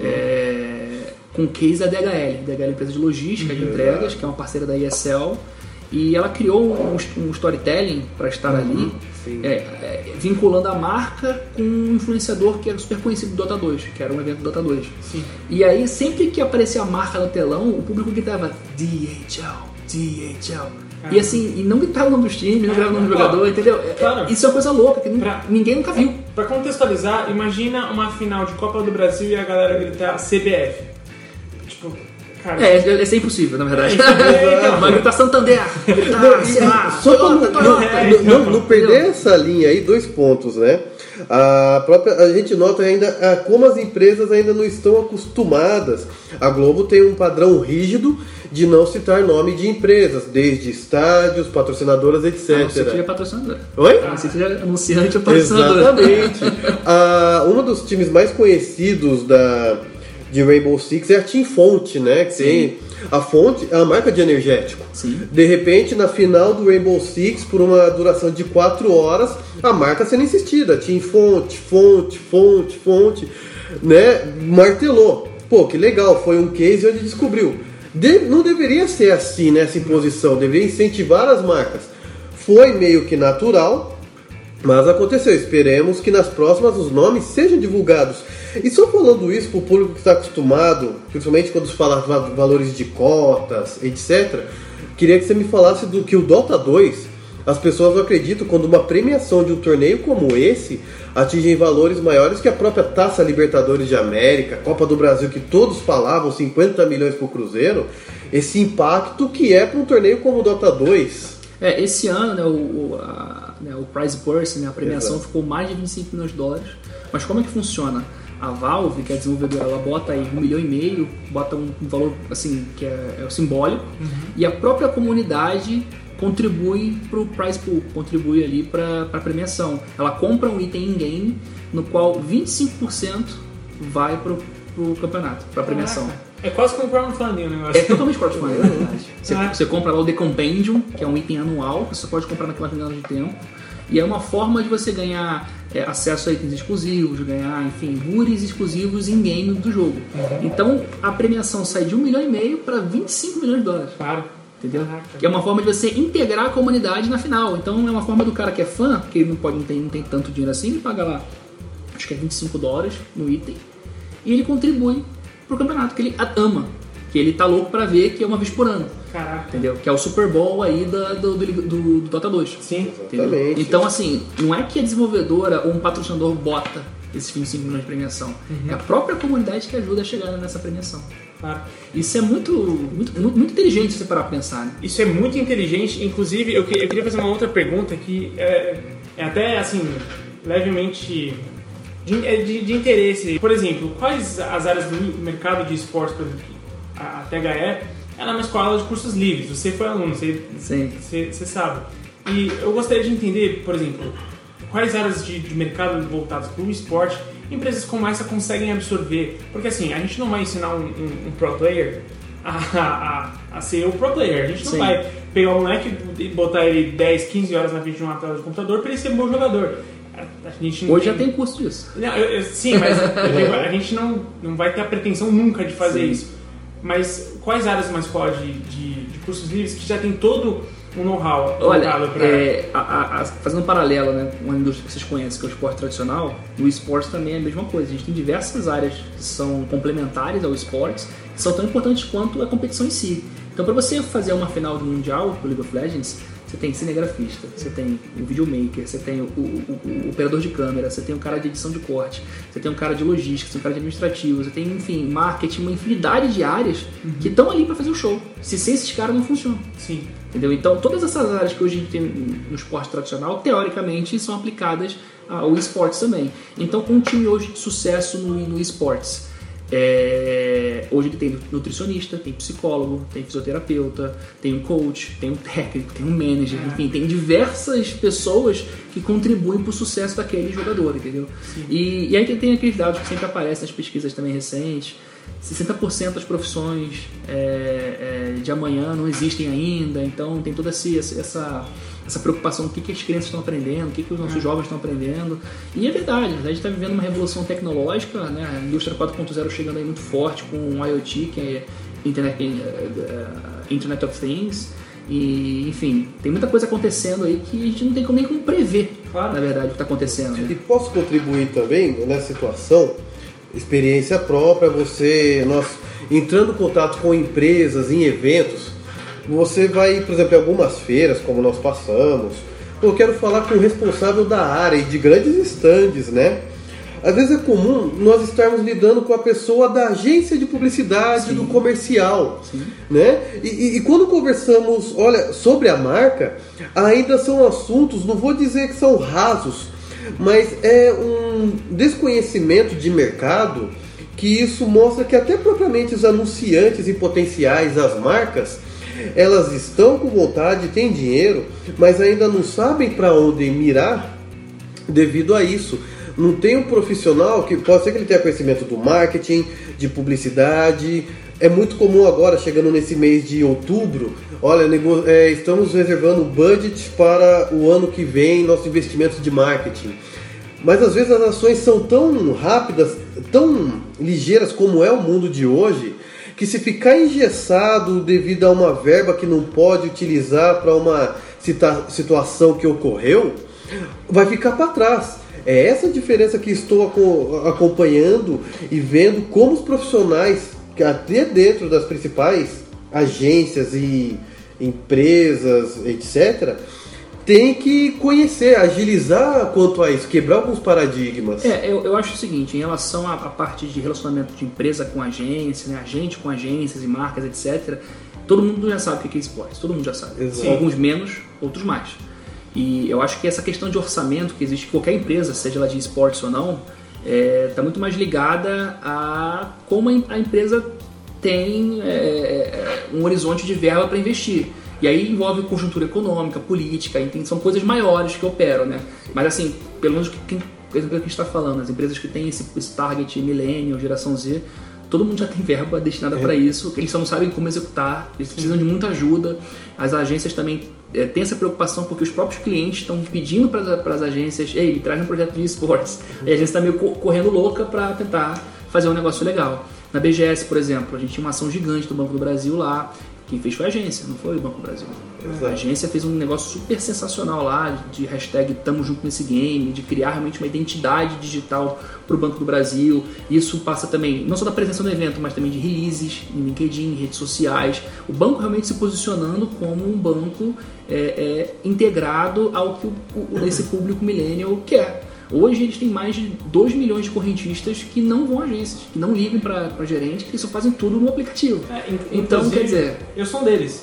é, com o case da D H L. D H L é uma empresa de logística, uhum. de entregas, que é uma parceira da E S L. E ela criou um, um storytelling para estar uhum. ali, é, é, vinculando a marca com um influenciador que era super conhecido do Dota dois, que era um evento do Dota dois. Sim. E aí, sempre que aparecia a marca no telão, o público gritava D H L, D H L. Ah. E assim, e não gritava o nome dos times, não gritava o nome do jogador, entendeu? Claro. Isso é uma coisa louca, que pra, ninguém nunca viu. Pra contextualizar, imagina uma final de Copa do Brasil e a galera gritar C B F. Tipo... Cara, é, é, é impossível, na verdade. É, vai gritar Santander, gritar, não, sei lá, só pra não, não, não, não perder essa linha aí, dois pontos, né? A, própria, a gente nota ainda a, como as empresas ainda não estão acostumadas. A Globo tem um padrão rígido de não citar nome de empresas, desde estádios, patrocinadoras, etcétera. Não sei que seja patrocinador. Oi? Não sei que seja anunciante ou patrocinador. Exatamente. a, um dos times mais conhecidos da... de Rainbow Six é a Team Fonte, né? Que tem a Fonte, é uma marca de energético. Sim. De repente, na final do Rainbow Six, por uma duração de quatro horas, a marca sendo insistida. Team Fonte, Fonte, Fonte, Fonte, né? Martelou. Pô, que legal, foi um case onde descobriu. De, não deveria ser assim, né, essa imposição, deveria incentivar as marcas. Foi meio que natural, Mas aconteceu, esperemos que nas próximas os nomes sejam divulgados. E só falando isso para o público que está acostumado, principalmente quando se fala de valores de cotas, etcétera, queria que você me falasse do que o Dota dois, as pessoas não acreditam quando uma premiação de um torneio como esse atinge valores maiores que a própria Taça Libertadores de América, Copa do Brasil, que todos falavam cinquenta milhões para o Cruzeiro, esse impacto que é para um torneio como o Dota dois. É, esse ano, né, o, o, a, né, o prize purse, né, a premiação, Exato, ficou mais de vinte e cinco milhões de dólares. Mas como é que funciona? A Valve, que é a desenvolvedora, ela bota aí um milhão e meio, bota um valor assim que é, é simbólico, uhum. E a própria comunidade contribui para o prize pool, contribui ali para a premiação. Ela compra um item in-game, no qual vinte e cinco por cento vai para o campeonato, para a premiação. Caraca. É quase comprar um crowdfunding o negócio. É totalmente crowdfunding, na verdade. Você, ah. você compra lá o The Compendium, que é um item anual, que você pode comprar naquela janela de tempo. E é uma forma de você ganhar é, acesso a itens exclusivos, ganhar, enfim, goodies exclusivos in-game do jogo. Uhum. Então, a premiação sai de um milhão e meio para vinte e cinco milhões de dólares. Claro. Entendeu? Caraca. Que é uma forma de você integrar a comunidade na final. Então, é uma forma do cara que é fã, que ele não, pode, não, tem, não tem tanto dinheiro assim, ele paga lá, acho que é vinte e cinco dólares no item, e ele contribui pro campeonato, que ele ama, que ele tá louco pra ver, que é uma vez por ano. Caraca. Entendeu? Que é o Super Bowl aí da, do, do, do, do Dota dois. Sim, exatamente. Então, assim, não é que a desenvolvedora ou um patrocinador bota esses vinte e cinco milhões de premiação. Uhum. É a própria comunidade que ajuda a chegar nessa premiação. Claro. Isso é muito, muito, muito, muito inteligente se você parar pra pensar, né? Isso é muito inteligente. Inclusive, eu, que, eu queria fazer uma outra pergunta que é, é até, assim, levemente de, de, de interesse. Por exemplo, quais as áreas do mercado de esportes, por exemplo, a, a T H E, ela é uma escola de cursos livres. Você foi aluno, você, Sim. você, você sabe. E eu gostaria de entender, por exemplo, quais áreas de, de mercado voltadas para o esporte empresas como essa conseguem absorver. Porque assim, a gente não vai ensinar um, um, um pro player a, a, a ser o pro player. A gente não Sim. vai pegar um moleque e botar ele dez, quinze horas na frente de uma tela de computador para ele ser um bom jogador. A gente não Hoje tem... já tem curso disso. Não, eu, eu, sim, mas eu digo, a gente não, não vai ter a pretensão nunca de fazer Sim. isso. Mas quais áreas uma escola de, de, de cursos livres que já tem todo um know-how? Olha, pra... é, a, a, a, fazendo um paralelo, né, uma indústria que vocês conhecem, que é o esporte tradicional, o esporte também é a mesma coisa. A gente tem diversas áreas que são complementares ao esporte, que são tão importantes quanto a competição em si. Então, para você fazer uma final do Mundial do League of Legends, você tem cinegrafista, você tem o videomaker, você tem o, o, o, o operador de câmera, você tem um cara de edição de corte, você tem um cara de logística, você tem um cara de administrativo, você tem, enfim, marketing, uma infinidade de áreas uhum. que estão ali para fazer o show. Se sem esses caras não funciona. Sim. Entendeu? Então, todas essas áreas que hoje a gente tem no esporte tradicional, teoricamente, são aplicadas ao esportes também. Então, com um time hoje de sucesso no, no esportes, É, hoje ele tem nutricionista, tem psicólogo, tem fisioterapeuta, tem um coach, tem um técnico, tem um manager, enfim, tem diversas pessoas que contribuem para o sucesso daquele jogador, entendeu? E, e aí tem aqueles dados que sempre aparecem nas pesquisas também recentes, sessenta por cento das profissões é, é, de amanhã não existem ainda, então tem toda essa, essa, essa preocupação do que, que as crianças estão aprendendo, o que, que os nossos é. jovens estão aprendendo. E é verdade, a gente está vivendo uma revolução tecnológica, né? A indústria quatro ponto zero chegando aí muito forte com o IoT, que é Internet, Internet of Things, e enfim, tem muita coisa acontecendo aí que a gente não tem nem como prever, claro. na verdade, o que está acontecendo. Né? E posso contribuir também nessa situação? Experiência própria, você, nós entrando em contato com empresas, em eventos, você vai, por exemplo, em algumas feiras, como nós passamos, eu quero falar com o responsável da área e de grandes estandes, né? Às vezes é comum nós estarmos lidando com a pessoa da agência de publicidade, Sim. do comercial, Sim. né? E, e, e quando conversamos, olha, sobre a marca, ainda são assuntos, não vou dizer que são rasos, mas é um desconhecimento de mercado que isso mostra que até propriamente os anunciantes e potenciais, as marcas, elas estão com vontade, têm dinheiro, mas ainda não sabem para onde mirar devido a isso. Não tem um profissional que pode ser que ele tenha conhecimento do marketing, de publicidade. É muito comum agora, chegando nesse mês de outubro, olha, nego- é, estamos reservando budget para o ano que vem, nosso investimento de marketing. Mas às vezes as ações são tão rápidas, tão ligeiras como é o mundo de hoje, que se ficar engessado devido a uma verba que não pode utilizar para uma cita- situação que ocorreu, vai ficar para trás. É essa diferença que estou acompanhando e vendo como os profissionais, que até dentro das principais agências e empresas, etcétera, tem que conhecer, agilizar quanto a isso, quebrar alguns paradigmas. É, eu, eu acho o seguinte, em relação à, à parte de relacionamento de empresa com agência, né, agente com agências e marcas, etcétera, todo mundo já sabe o que é esporte, todo mundo já sabe. Exato. Alguns menos, outros mais. E eu acho que essa questão de orçamento que existe em qualquer empresa, seja ela de esportes ou não, está é, muito mais ligada a como a empresa tem é, um horizonte de verba para investir. E aí envolve conjuntura econômica, política, então são coisas maiores que operam, né? Mas assim, pelo menos quem, pelo que a gente está falando, as empresas que têm esse, esse target millennial, geração Z, todo mundo já tem verba destinada é. para isso, eles só não sabem como executar, eles precisam de muita ajuda. As agências também é, têm essa preocupação porque os próprios clientes estão pedindo para as agências, ei, me traz um projeto de esportes. E a agência está meio correndo louca para tentar fazer um negócio legal. Na B G S, por exemplo, a gente tinha uma ação gigante do Banco do Brasil lá. Quem fez foi a agência, não foi o Banco do Brasil. Exato. A agência fez um negócio super sensacional lá, de hashtag Tamo Junto Nesse Game, de criar realmente uma identidade digital para o Banco do Brasil. Isso passa também, não só da presença no evento, mas também de releases em LinkedIn, redes sociais. O banco realmente se posicionando como um banco é, é, integrado ao que o, o, esse público millennial quer. Hoje eles têm mais de dois milhões de correntistas que não vão a agências, que não ligam para gerente, que só fazem tudo no aplicativo. É, então, quer dizer... Eu sou um deles.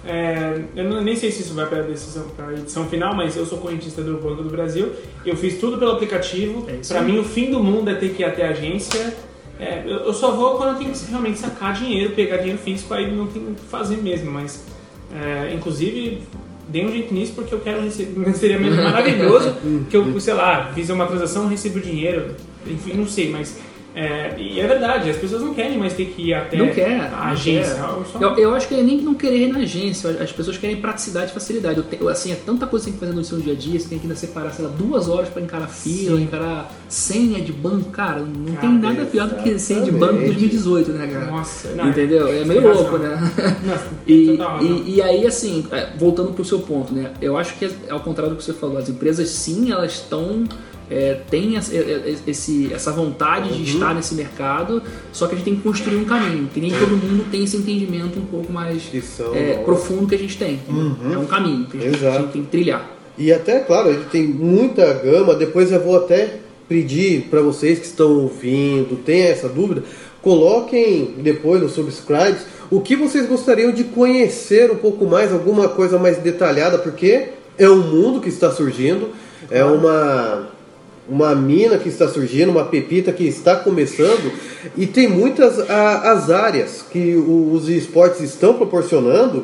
É, eu não, nem sei se isso vai para a edição final, mas eu sou correntista do Banco do Brasil. Eu fiz tudo pelo aplicativo. É para mim, o fim do mundo é ter que ir até a agência. É, eu, eu só vou quando eu tenho que realmente sacar dinheiro, pegar dinheiro físico, aí não tem o que fazer mesmo. Mas, é, inclusive... Dei um jeito nisso porque eu quero receber. Seria maravilhoso que eu, sei lá, fiz uma transação, recebo dinheiro, enfim, não sei, mas. É, e é verdade, as pessoas não querem mais ter que ir até não quer, a agência. Não quer. Eu, eu acho que é nem não querer ir na agência, as pessoas querem praticidade e facilidade. Eu tenho, assim, é tanta coisa que você tem que fazer no seu dia a dia, você tem que ainda separar, sei lá, duas horas para encarar fila, Sim. encarar senha de banco, cara, não cara, tem nada pior do que senha de banco dois mil e dezoito, né, cara? Nossa, não, entendeu? É meio louco, né? Nossa, e, e, e aí, assim, voltando pro seu ponto, né? Eu acho que, ao contrário do que você falou, as empresas sim, elas estão. É, tem esse, essa vontade uhum. de estar nesse mercado, só que a gente tem que construir um caminho, que nem todo mundo tem esse entendimento um pouco mais é, profundo que a gente tem. Uhum. É um caminho que a gente, a gente tem que trilhar. E até, claro, ele tem muita gama, depois eu vou até pedir para vocês que estão ouvindo, tem essa dúvida, coloquem depois nos subscribes o que vocês gostariam de conhecer um pouco mais, alguma coisa mais detalhada, porque é um mundo que está surgindo, é uma... uma mina que está surgindo, uma pepita que está começando, e tem muitas a, as áreas que o, os esportes estão proporcionando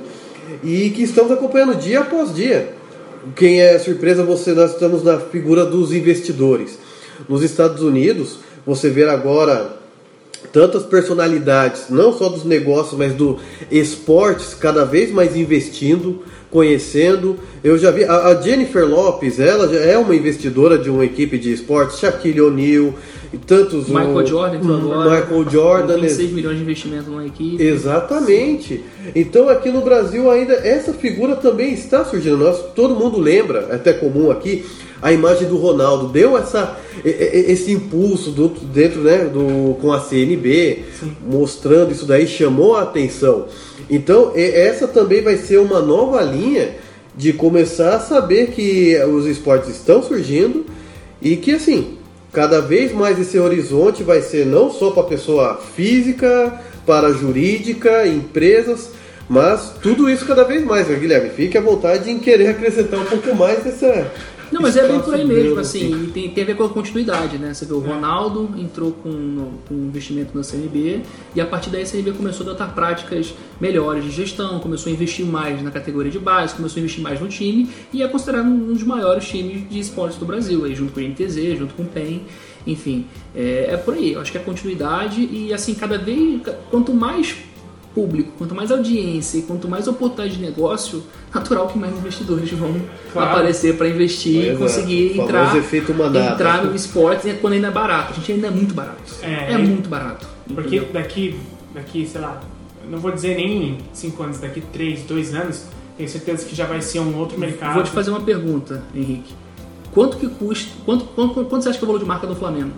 e que estamos acompanhando dia após dia. Quem é surpresa, você, nós estamos na figura dos investidores. Nos Estados Unidos, você vê agora tantas personalidades, não só dos negócios, mas do esportes, cada vez mais investindo, conhecendo. Eu já vi a, a Jennifer Lopez, ela já é uma investidora de uma equipe de esportes, Shaquille O'Neal e tantos. Michael o, Jordan entrou agora. Michael Jordan, vinte e seis milhões de investimento numa equipe. Exatamente. Então aqui no Brasil ainda essa figura também está surgindo. Nós, todo mundo lembra, é até comum aqui, a imagem do Ronaldo deu essa, esse impulso do, dentro, né, do, com a C N B, Sim. mostrando isso daí, chamou a atenção. Então essa também vai ser uma nova linha de começar a saber que os esportes estão surgindo e que, assim, cada vez mais esse horizonte vai ser não só para a pessoa física, para a jurídica, empresas, mas tudo isso cada vez mais, né, Guilherme? Fique à vontade em querer acrescentar um pouco mais dessa... Não, mas é bem por aí mesmo, assim, e tem, tem a ver com a continuidade, né? Você vê, o Ronaldo entrou com, com investimento na C N B e a partir daí a C N B começou a adotar práticas melhores de gestão, começou a investir mais na categoria de base, começou a investir mais no time e é considerado um dos maiores times de esportes do Brasil, aí, junto com o I N T Z, junto com o P E N, enfim, é, é por aí. Eu acho que é continuidade e, assim, cada vez, quanto mais público, quanto mais audiência e quanto mais oportunidade de negócio, natural que mais investidores vão claro. aparecer para investir e conseguir é. entrar, entrar no esporte quando ainda é barato. A gente ainda é muito barato. É, é muito barato. Porque daqui, daqui, sei lá, não vou dizer nem cinco anos, daqui três, dois anos, tenho certeza que já vai ser um outro mercado. Vou te fazer uma pergunta, Henrique. quanto que custa, quanto, quanto, quanto você acha que é o valor de marca do Flamengo?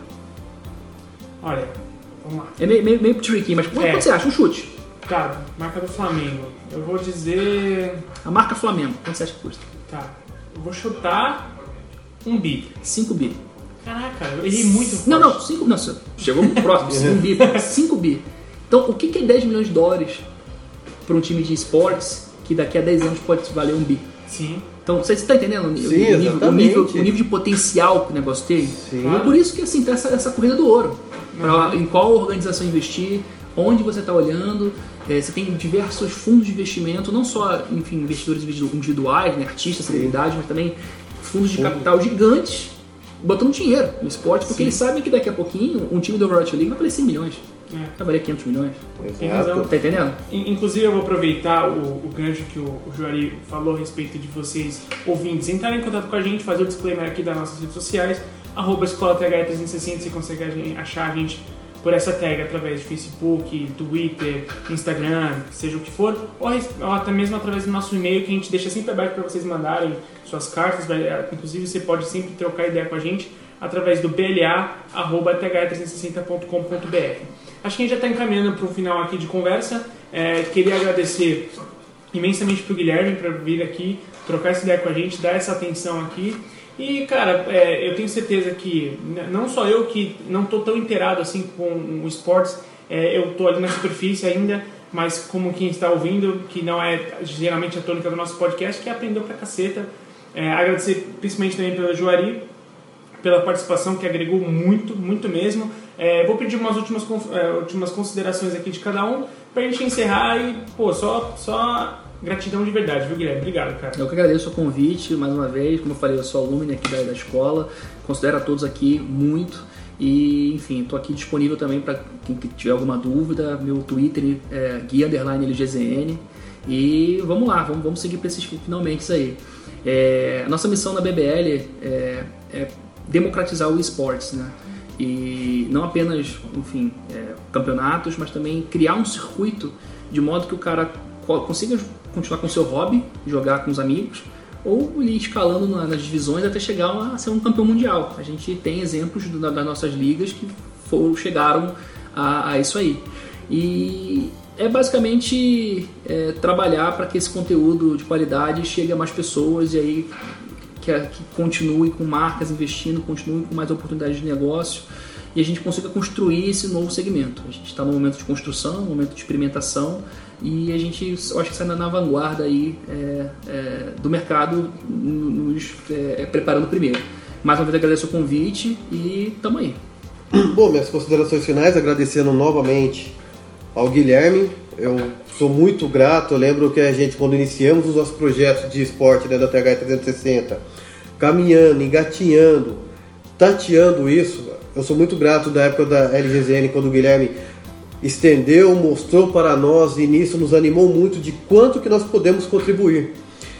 Olha, vamos lá. É meio, meio, meio tricky, mas quanto, É. quanto você acha? Um chute. Tá, marca do Flamengo. Eu vou dizer... A marca Flamengo, quanto você acha que custa? Tá, eu vou chutar um bi. cinco bi. Caraca, eu errei muito forte. Não, não, cinco, não, chegou muito próximo, cinco bi. cinco bi. Então, o que que é dez milhões de dólares para um time de esportes que daqui a dez anos pode valer um bi? Sim. Então, você está entendendo o, Sim, o, nível, o, exatamente. nível, o nível de potencial que o negócio tem? Sim. E por isso que assim, tem essa, essa corrida do ouro. Pra, em qual organização investir, onde você está olhando. É, você tem diversos fundos de investimento, não só, enfim, investidores individuais, né, artistas, celebridades, mas também fundos de capital gigantes botando dinheiro no esporte, porque Sim. eles sabem que daqui a pouquinho um time do Overwatch League vai valer cem milhões, É. vai valer quinhentos milhões. Tem razão. Tá entendendo? In- Inclusive, eu vou aproveitar o, o gancho que o, o Juari falou a respeito de vocês, ouvintes, entrarem em contato com a gente, fazer o disclaimer aqui das nossas redes sociais, arroba escola T H E trezentos e sessenta, você consegue a gente- achar a gente por essa tag através de Facebook, Twitter, Instagram, seja o que for, ou, res- ou até mesmo através do nosso e-mail, que a gente deixa sempre aberto para vocês mandarem suas cartas, vai- inclusive você pode sempre trocar ideia com a gente através do b l a arroba t h e trezentos e sessenta ponto com ponto b r. Acho que a gente já está encaminhando para o final aqui de conversa. É, queria agradecer imensamente para o Guilherme por vir aqui, trocar essa ideia com a gente, dar essa atenção aqui. E, cara, é, eu tenho certeza que n- não só eu que não estou tão inteirado assim com o esportes, é, eu estou ali na superfície ainda, mas como quem está ouvindo, que não é geralmente a tônica do nosso podcast, que aprendeu pra caceta. É, agradecer principalmente também pela Juari, pela participação, que agregou muito, muito mesmo. É, vou pedir umas últimas, conf- é, últimas considerações aqui de cada um pra gente encerrar e, pô, só, só gratidão de verdade, viu, Guilherme? Obrigado, cara. Eu que agradeço o convite mais uma vez, como eu falei, eu sou alumno aqui da, da escola, considero a todos aqui muito e, enfim, estou aqui disponível também para quem tiver alguma dúvida, meu Twitter é guia underline L G Z N e vamos lá, vamos, vamos seguir para esses finalmente isso aí. É, a nossa missão na B B L é, é democratizar o esportes, né? E não apenas, enfim, é, campeonatos, mas também criar um circuito de modo que o cara consiga continuar com o seu hobby, jogar com os amigos, ou ir escalando nas divisões até chegar a ser um campeão mundial. A gente tem exemplos das nossas ligas que foram, chegaram a, a isso aí. E é basicamente é, trabalhar para que esse conteúdo de qualidade chegue a mais pessoas e aí que, que continue com marcas investindo, continue com mais oportunidades de negócio e a gente consiga construir esse novo segmento. A gente está no momento de construção, no momento de experimentação e a gente, eu acho que está na vanguarda aí, é, é, do mercado, nos é, preparando primeiro. Mais uma vez agradeço o convite e tamo aí. Bom, minhas considerações finais, agradecendo novamente ao Guilherme. Eu sou muito grato, eu lembro que a gente, quando iniciamos os nossos projetos de esporte, né, da T H E trezentos e sessenta, caminhando, engatinhando, tateando isso, eu sou muito grato da época da L G Z N, quando o Guilherme estendeu, mostrou para nós e nisso nos animou muito de quanto que nós podemos contribuir.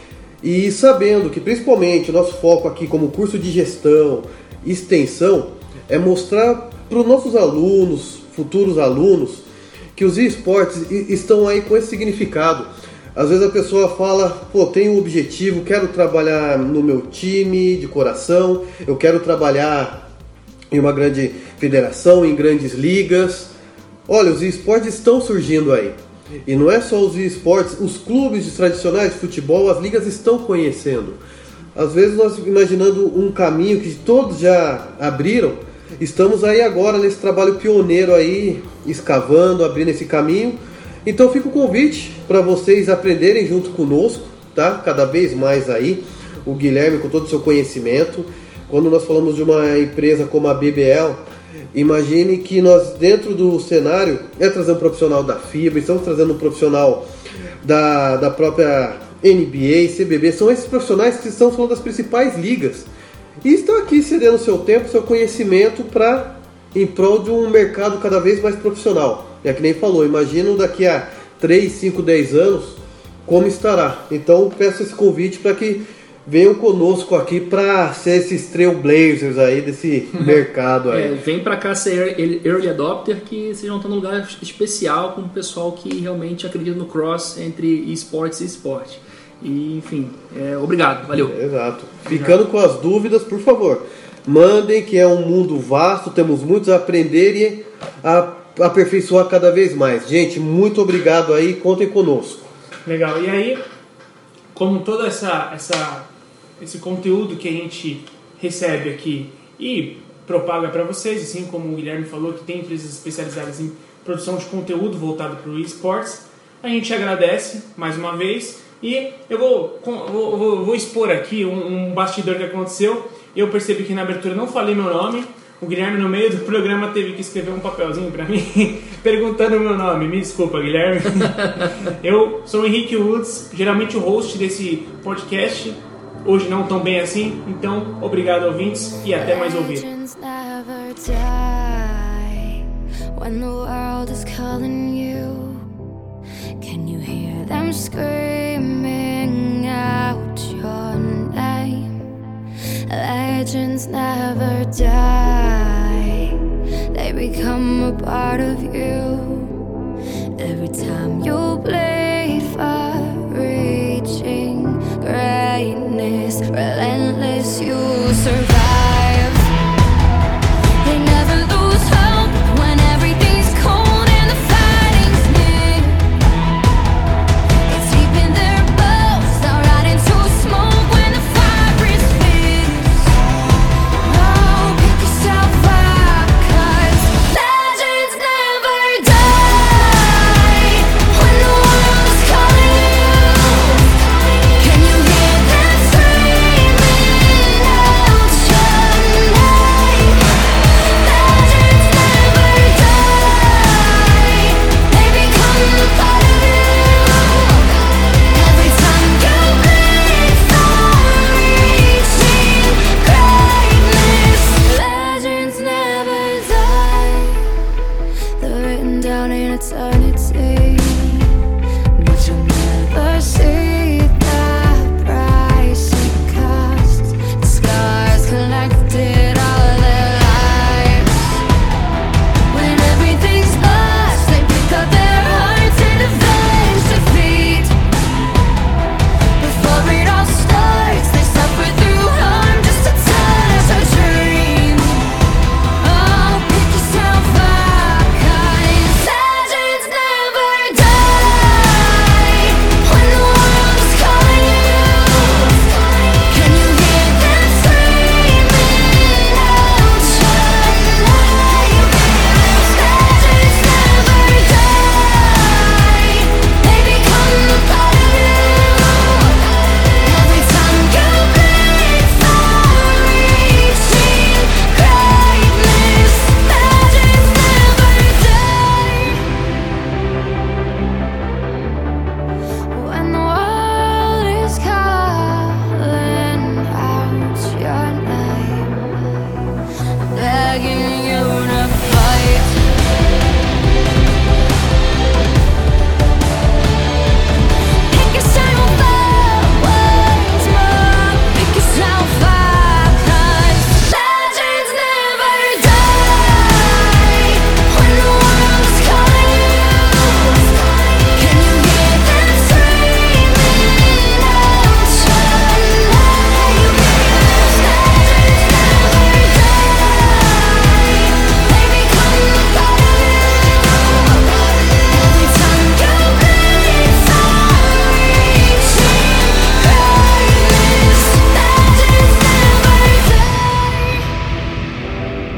E sabendo que principalmente o nosso foco aqui como curso de gestão e extensão é mostrar para os nossos alunos, futuros alunos, que os esportes estão aí com esse significado. Às vezes a pessoa fala, pô, tenho um objetivo, quero trabalhar no meu time de coração, eu quero trabalhar em uma grande federação, em grandes ligas. Olha, os esportes estão surgindo aí. E não é só os esportes, os clubes tradicionais de futebol, as ligas estão conhecendo. Às vezes nós imaginando um caminho que todos já abriram, estamos aí agora nesse trabalho pioneiro aí, escavando, abrindo esse caminho. Então fica o convite para vocês aprenderem junto conosco, tá? Cada vez mais aí, o Guilherme com todo o seu conhecimento. Quando nós falamos de uma empresa como a B B L, imagine que nós dentro do cenário é trazer um profissional da FIBA, estamos trazendo um profissional da, da própria N B A, C B B, são esses profissionais que estão falando das principais ligas e estão aqui cedendo seu tempo, seu conhecimento para em prol de um mercado cada vez mais profissional. É que nem falou, imagino daqui a três, cinco, dez anos como estará. Então peço esse convite para que venham conosco aqui para ser esses trailblazers aí desse mercado aí. É, vem para cá ser early adopter, que vocês vão estar num lugar especial com o pessoal que realmente acredita no cross entre esportes e esporte. E, enfim, é, obrigado, valeu. Exato. Ficando com as dúvidas, por favor, mandem, que é um mundo vasto, temos muito a aprender e a aperfeiçoar cada vez mais. Gente, muito obrigado aí, contem conosco. Legal. E aí, como todo essa, essa, esse conteúdo que a gente recebe aqui e propaga para vocês, assim como o Guilherme falou, que tem empresas especializadas em produção de conteúdo voltado para o esportes, a gente agradece mais uma vez. E eu vou, vou, vou, vou expor aqui um, um bastidor que aconteceu. Eu percebi que na abertura não falei meu nome. O Guilherme, no meio do programa, teve que escrever um papelzinho pra mim perguntando o meu nome. Me desculpa, Guilherme. Eu sou o Henrique Woods, geralmente o host desse podcast. Hoje não tão bem assim. Então, obrigado, ouvintes, e até mais ouvir. Can you hear them screaming out your name? Legends never die. They become a part of you. Every time you bleed for reaching greatness, relentless you survive. They never lose hope when everything's cold and the fighting's near. It's deep in their bones, they'll rot into smoke when the fire is fierce. Oh, pick yourself up, 'cause legends never die. When the world is calling you, can you hear them screaming out your name? Legends never die. They become a part of you. Every time you bleed for reaching greatness, legends never die. They're written down in eternity, but you'll never see the price it costs. The scars collected all their lives. When everything's lost, they pick up their hearts and avenge defeat. Before it all starts, they suffer through harm just to touch a dream. Oh, pick yourself up, 'cause legends never die. When the world is calling you, can you hear them screaming out your name? Legends never die. They become a part of you. Every time you bleed for reaching greatness, legends never die. When the world is calling out your name, begging you to fight. Pick yourself up once more. Pick yourself up, 'cause legends never die. When the world is calling you, can you hear them screaming out your name? Legends never die. They become a part of you. Every time you bleed for reaching greatness, legends never die.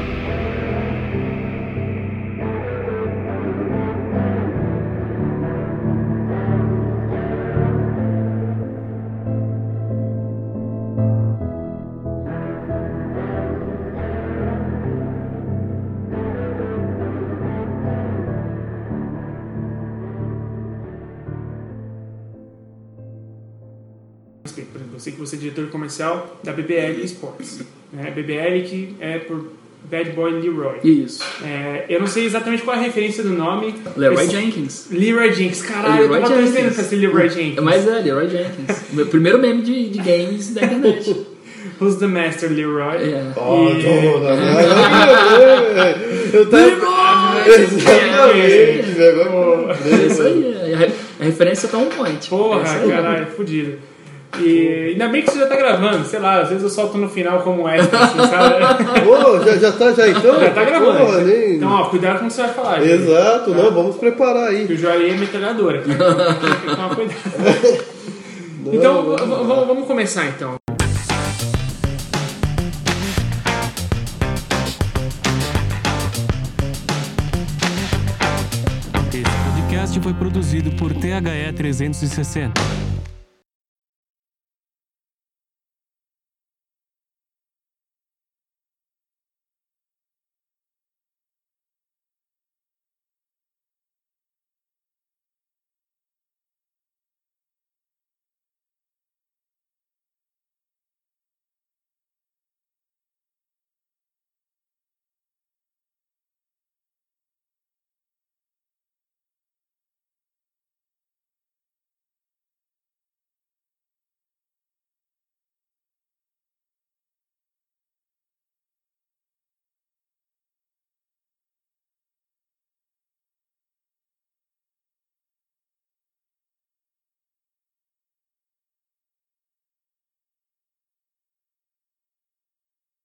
Por exemplo, eu sei que você é diretor comercial da B B L Sports, né? B B L que é por Bad Boy Leroy. Isso. É, eu não sei exatamente qual é a referência do nome. Leroy Esse- Jenkins. Leroy Jenkins. Caralho, Leroy eu tava torcendo Jenkins. pra ser Leroy Jenkins. Mas é, Leroy Jenkins. Meu primeiro meme de, de games da internet. Who's the Master, Leroy? É. Oh, E- toda, eu tava... Exatamente, velho. É isso aí, a, re- a referência tá on point. Porra, É isso aí. caralho, fudido. E ainda bem que você já tá gravando, sei lá, às vezes eu solto no final como extra, assim, sabe? Ô, já, já tá já então? Já tá gravando. Pô, nem... Então, ó, cuidado com o que você vai falar. Gente. Exato, Tá? não, vamos preparar aí. Que o Joaí é metralhadora. Tem que tomar cuidado. Então, v- v- vamos começar então. Esse podcast foi produzido por T H E trezentos e sessenta.